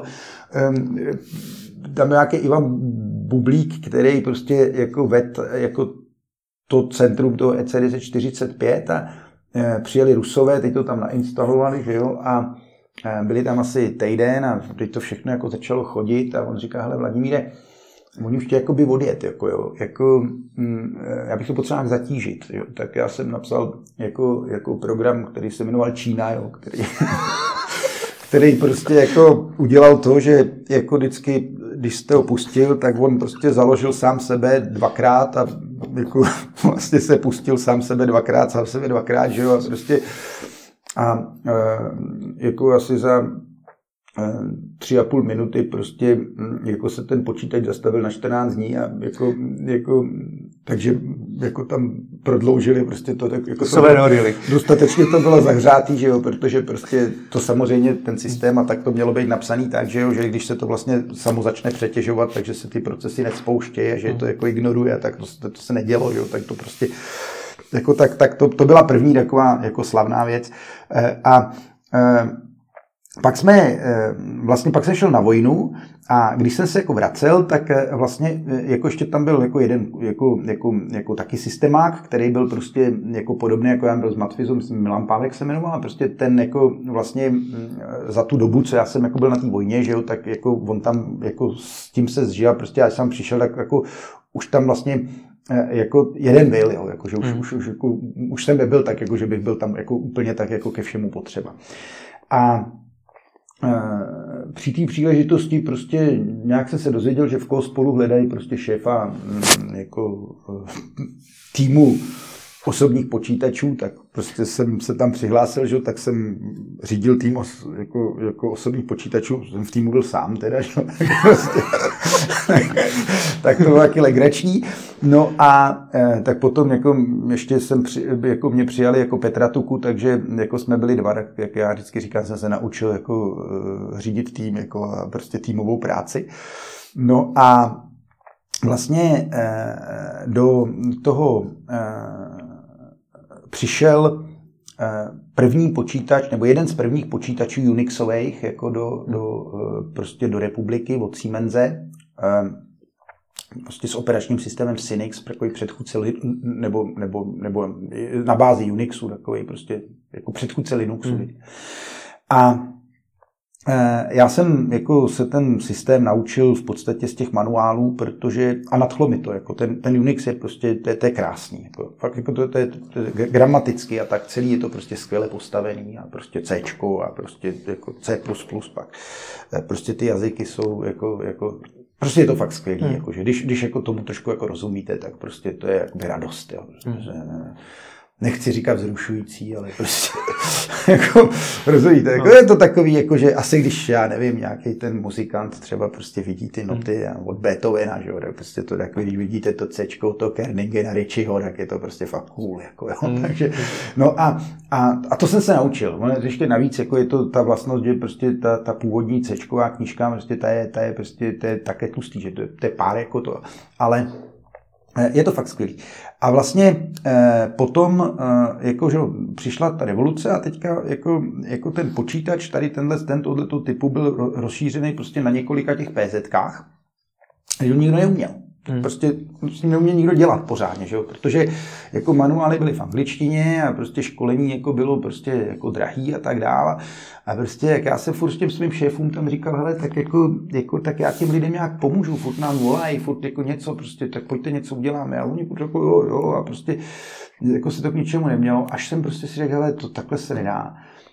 Tam nějaký Ivan Bublík, který prostě jako jako to centrum toho EC1045 a přijeli Rusové, teď to tam nainstalovali, že jo, a byli tam asi týden a teď to všechno jako začalo chodit a on říká, hele Vladimíre, oni už tě jakoby odjet, já bych to potřeboval zatížit, jo. Tak já jsem napsal jako program, který se jmenoval Čína, jo, který prostě jako udělal to, že jako vždycky, když jste ho pustil, tak on prostě založil sám sebe dvakrát a jako vlastně se pustil sám sebe dvakrát, že jo, a prostě a jako asi za 3,5 minuty prostě jako se ten počítač zastavil na 14 dní a takže jako tam prodloužili prostě to tak jako dostatečně to bylo zahřátý, že jo, protože prostě to samozřejmě ten systém a tak to mělo být napsaný tak, že jo, že když se to vlastně samo začne přetěžovat, takže se ty procesy nespouštějí a že to jako ignoruje a tak to se nedělo, že jo, tak to prostě jako tak to byla první taková jako slavná věc. Pak jsem šel na vojnu a když jsem se jako vracel, tak vlastně jako ještě tam byl jako jeden jako taky systémák, který byl prostě jako podobný, jako já byl z Matfizu, myslím Milan Pávek se jmenoval, a prostě ten jako vlastně za tu dobu, co já jsem jako byl na té vojně, že jo, tak jako on tam jako s tím se zžil, prostě já jsem přišel, tak jako už tam vlastně jako jeden byl, jo, jako, že už jsem nebyl tak, jako, že bych byl tam jako úplně tak jako ke všemu potřeba. A při té příležitosti prostě nějak jsem se dozvěděl, že v koho spolu hledají prostě šéfa jako týmu osobních počítačů, tak prostě jsem se tam přihlásil, že, tak jsem řídil tým jako osobních počítačů, jsem v týmu byl sám teda, že, prostě, tak to bylo taky legrační. No a tak potom jako ještě jako mě přijali jako Petratuku, takže jako jsme byli dva, tak jak já vždycky říkám, jsem se naučil jako řídit tým jako a prostě týmovou práci. No a vlastně do toho přišel první počítač, nebo jeden z prvních počítačů Unixových jako prostě do republiky od Siemense, prostě s operačním systémem Synix, takový předchůdce nebo na bázi Unixu, takový prostě jako předchůdce Linuxu. A já jsem jako se ten systém naučil v podstatě z těch manuálů, protože a nadchlo mi to, jako ten Unix je prostě, to je krásný, jako, fakt jako to je gramaticky a tak celý je to prostě skvěle postavený a prostě Cčko a prostě jako C++ pak. Prostě ty jazyky jsou jako prostě je to fakt skvělý, jako, že když jako tomu trošku jako rozumíte, tak prostě to je jako radost, jo. Nechci říkat vzrušující, ale prostě jako, rozumíte, jako je to takový, jako, že asi když, já nevím, nějaký ten muzikant třeba prostě vidí ty noty od Beethovena, že jo, tak prostě to takový, když vidíte to Cčko, to Kerningena, Ritchieho, tak je to prostě fakt cool, jako jo, takže, no a to jsem se naučil, ještě navíc, jako je to ta vlastnost, že prostě ta původní Cčková knížka, prostě ta je prostě, to je také tlustý, že to je pár jako to, ale je to fakt skvělý. A vlastně potom jako, že přišla ta revoluce a teďka jako ten počítač, tady tohleto typu byl rozšířený prostě na několika těch PZkách, že nikdo neuměl. Prostě s ním neuměl nikdo dělat pořádně, že jo? Protože jako manuály byly v angličtině a prostě školení jako bylo prostě jako drahý a tak dále. A prostě jak já se furt s těm svým šéfům tam říkal, hele, tak tak já těm lidem nějak pomůžu, furt nám volají, furt jako něco, prostě tak pojďte něco uděláme. A oni jako jo a prostě jako se to k ničemu nemělo, až jsem prostě si řekl, hele, to takhle se nedá.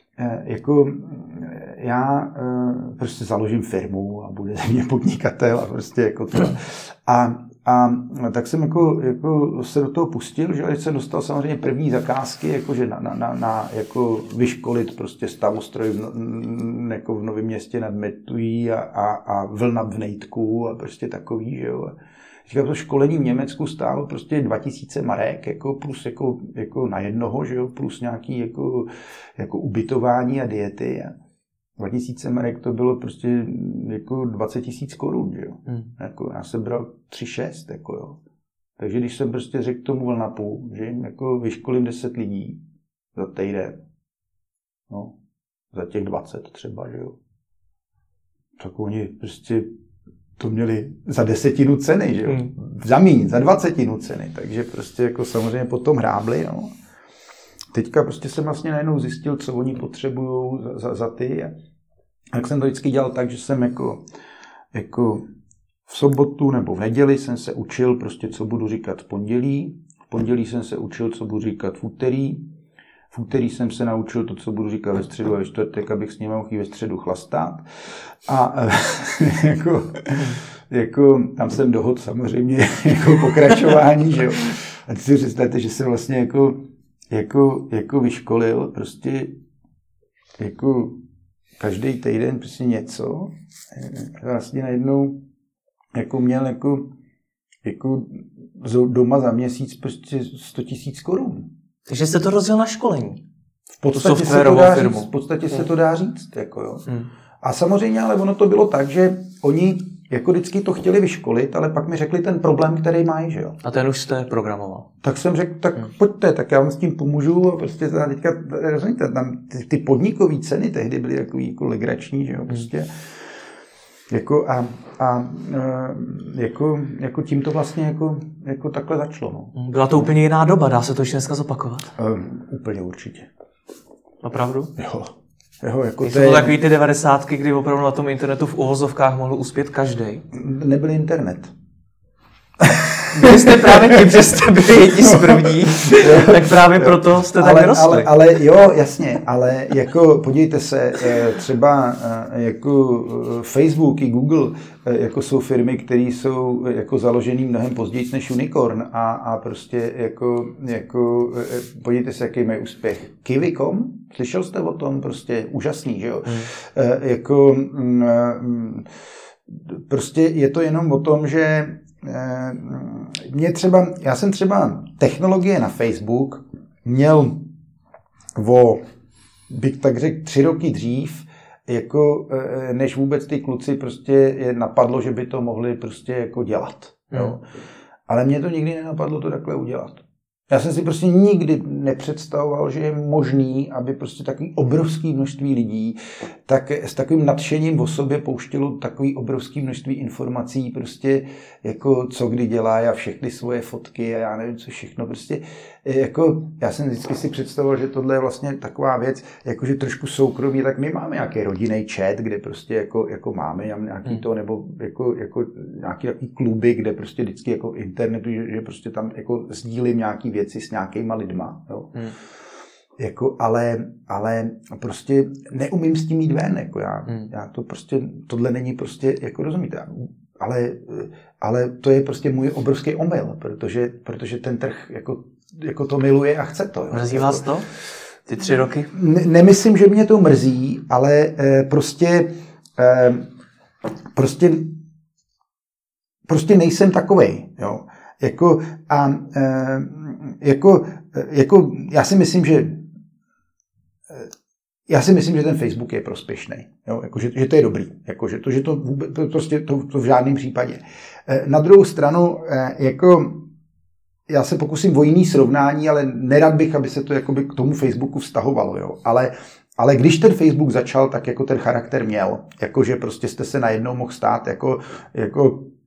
Já prostě založím firmu a bude ze mě podnikatel a prostě jako to. A tak jsem jako se do toho pustil, že jsem dostal samozřejmě první zakázky, jakože na jako vyškolit prostě stavostroj jako v Novém Městě nad Metují a vlna v Nejtku a prostě takový, že jo. Říkám, to školení v Německu stálo prostě 2000 marek, jako plus jako na jednoho, že jo, plus nějaký jako ubytování a diety. 2000 marek to bylo prostě jako 20 000 korun, že jo. Jako já jsem bral 3,6, jako jo. Takže když jsem prostě řekl tomu Vlnapu, že jim jako vyškolím 10 lidí za týden, no, za těch 20 třeba, že jo. Tak oni prostě to měli za 10 ceny, že jo. Za míň, za 20 ceny, takže prostě jako samozřejmě potom hrábli, no. Teďka prostě jsem vlastně najednou zjistil, co oni potřebují za ty. Jak jsem to vždycky dělal tak, že jsem jako v sobotu nebo v neděli jsem se učil prostě, co budu říkat v pondělí. V pondělí jsem se učil, co budu říkat v úterý. V úterý jsem se naučil to, co budu říkat ve středu a ve čtvrtek, abych s ním mohl ve středu chlastat. A jako tam jsem dohodl samozřejmě jako pokračování, že jo. A si představte, že jsem vlastně jako vyškolil prostě jako každý týden prostě něco. Vlastně najednou jako měl jako doma za měsíc prostě 100 000 korun. Takže jste to rozdělil na školení? V podstatě se to dá říct. Jako jo. A samozřejmě, ale ono to bylo tak, že oni jako vždycky to chtěli vyškolit, ale pak mi řekli ten problém, který mají, že jo. A ten už jste programoval. Tak jsem řekl, tak pojďte, tak já vám s tím pomůžu a prostě teďka, rozumíte, tam ty podnikové ceny tehdy byly jako legrační, že jo, prostě. Jako tím to vlastně jako takhle začalo. No. Byla to úplně jiná doba, dá se to ještě dneska zopakovat? Úplně určitě. Opravdu? Jo. Jako jsou to takový ty 90, kdy opravdu na tom internetu v uvozovkách mohl uspět každý. Nebyl internet. Byli jste právě tím, že jste byli jedni z prvních, tak právě proto jste tak vyrostli. Ale jo, jasně, ale jako podívejte se, třeba jako Facebook i Google jako jsou firmy, které jsou jako založený mnohem později než Unicorn a prostě jako podívejte se, jaký mají úspěch. Kiwi.com, slyšel jste o tom? Prostě úžasný, že jo? Prostě je to jenom o tom, že já jsem třeba technologie na Facebook měl bych tak řekl 3 roky dřív, jako než vůbec ty kluci prostě je napadlo, že by to mohli prostě jako dělat. Jo. Ale mě to nikdy nenapadlo to takhle udělat. Já jsem si prostě nikdy nepředstavoval, že je možný, aby prostě takový obrovský množství lidí tak s takovým nadšením o sobě pouštělo takový obrovský množství informací, prostě jako co kdy dělá a všechny svoje fotky a já nevím co všechno. Prostě jako já jsem vždycky si představoval, že tohle je vlastně taková věc, jakože trošku soukromí, tak my máme nějaký rodinný chat, kde prostě jako máme nějaký to, nebo jako nějaký kluby, kde prostě vždycky jako internetu, že prostě tam jako sdílím nějaký věci s nějakýma lidma, jo. Jako, ale prostě neumím s tím jít ven, jako já to prostě, tohle není prostě, jako rozumíte, ale to je prostě můj obrovský omyl, protože ten trh jako to miluje a chce to. Jo. Mrzí vás to? Ty 3 roky? Nemyslím, že mě to mrzí, ale prostě nejsem takovej, jo. Já si myslím, že ten Facebook je prospěšný, jo, že to je dobrý, že to v žádném případě. Na druhou stranu, já se pokusím o jiný srovnání, ale nerad bych, aby se to jakoby k tomu Facebooku vztahovalo, jo, ale když ten Facebook začal, tak jako ten charakter měl, že prostě jste se najednou mohl stát jako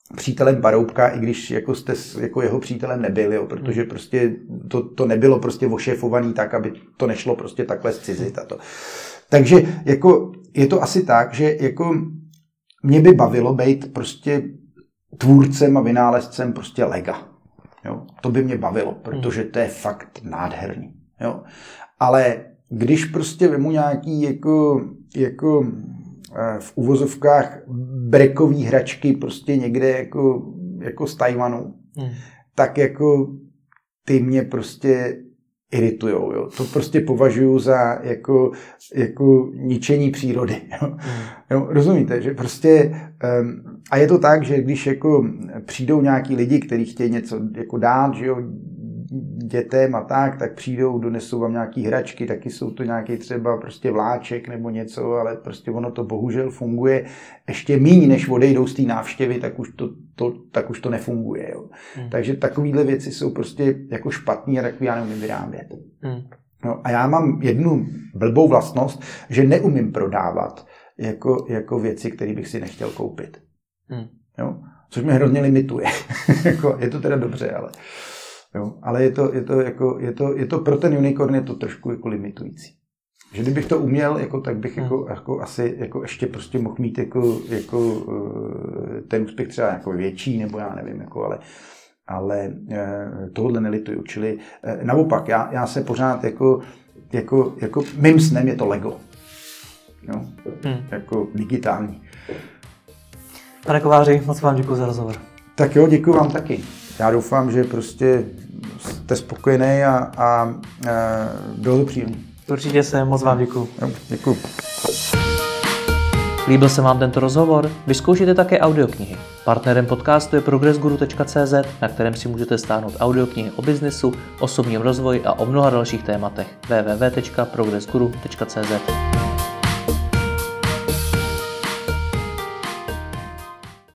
přítelem Paroubka, i když jako jste jako jeho přítelem nebyl, jo, protože prostě to nebylo prostě ošéfovaný tak, aby to nešlo prostě takhle zcizit a to. Takže jako je to asi tak, že jako mě by bavilo být prostě tvůrcem a vynálezcem prostě Lega. Jo? To by mě bavilo, protože to je fakt nádherný. Jo? Ale když prostě vemu nějaký jako v uvozovkách brekový hračky prostě někde jako z Tajvanu, tak jako ty mě prostě iritujou. Jo? To prostě považuji za jako ničení přírody. Jo? Jo, rozumíte, že prostě a je to tak, že když jako přijdou nějaký lidi, kteří chtějí něco jako dát, že jo, dětem a tak přijdou, donesou vám nějaký hračky, taky jsou to nějaký třeba prostě vláček nebo něco, ale prostě ono to bohužel funguje ještě míň, než odejdou z té návštěvy, tak už to nefunguje. Jo. Takže takovýhle věci jsou prostě jako špatný a takový já neumím vyrábět. No, a já mám jednu blbou vlastnost, že neumím prodávat jako věci, které bych si nechtěl koupit. Jo? Což mě hrozně limituje. Je to teda dobře, ale... Jo, ale je to pro ten unicorn je to trošku jako limitující. Že kdybych to uměl, tak bych jako asi jako ještě prostě mohl mít jako ten úspěch třeba jako větší, nebo já nevím, ale tohle nelituju. Čili naopak, já se pořád jako mým snem je to Lego. Jo? Jako digitální. Pane Kováři, moc vám děkuji za rozhovor. Tak jo, děkuji vám taky. Já doufám, že prostě jste spokojený a bylo to příjemné. Určitě jsem, moc vám děkuji. Děkuji. Líbil se vám tento rozhovor? Vyzkoušejte také audioknihy. Partnerem podcastu je progressguru.cz, na kterém si můžete stáhnout audioknihy o biznesu, osobním rozvoji a o mnoha dalších tématech. www.progressguru.cz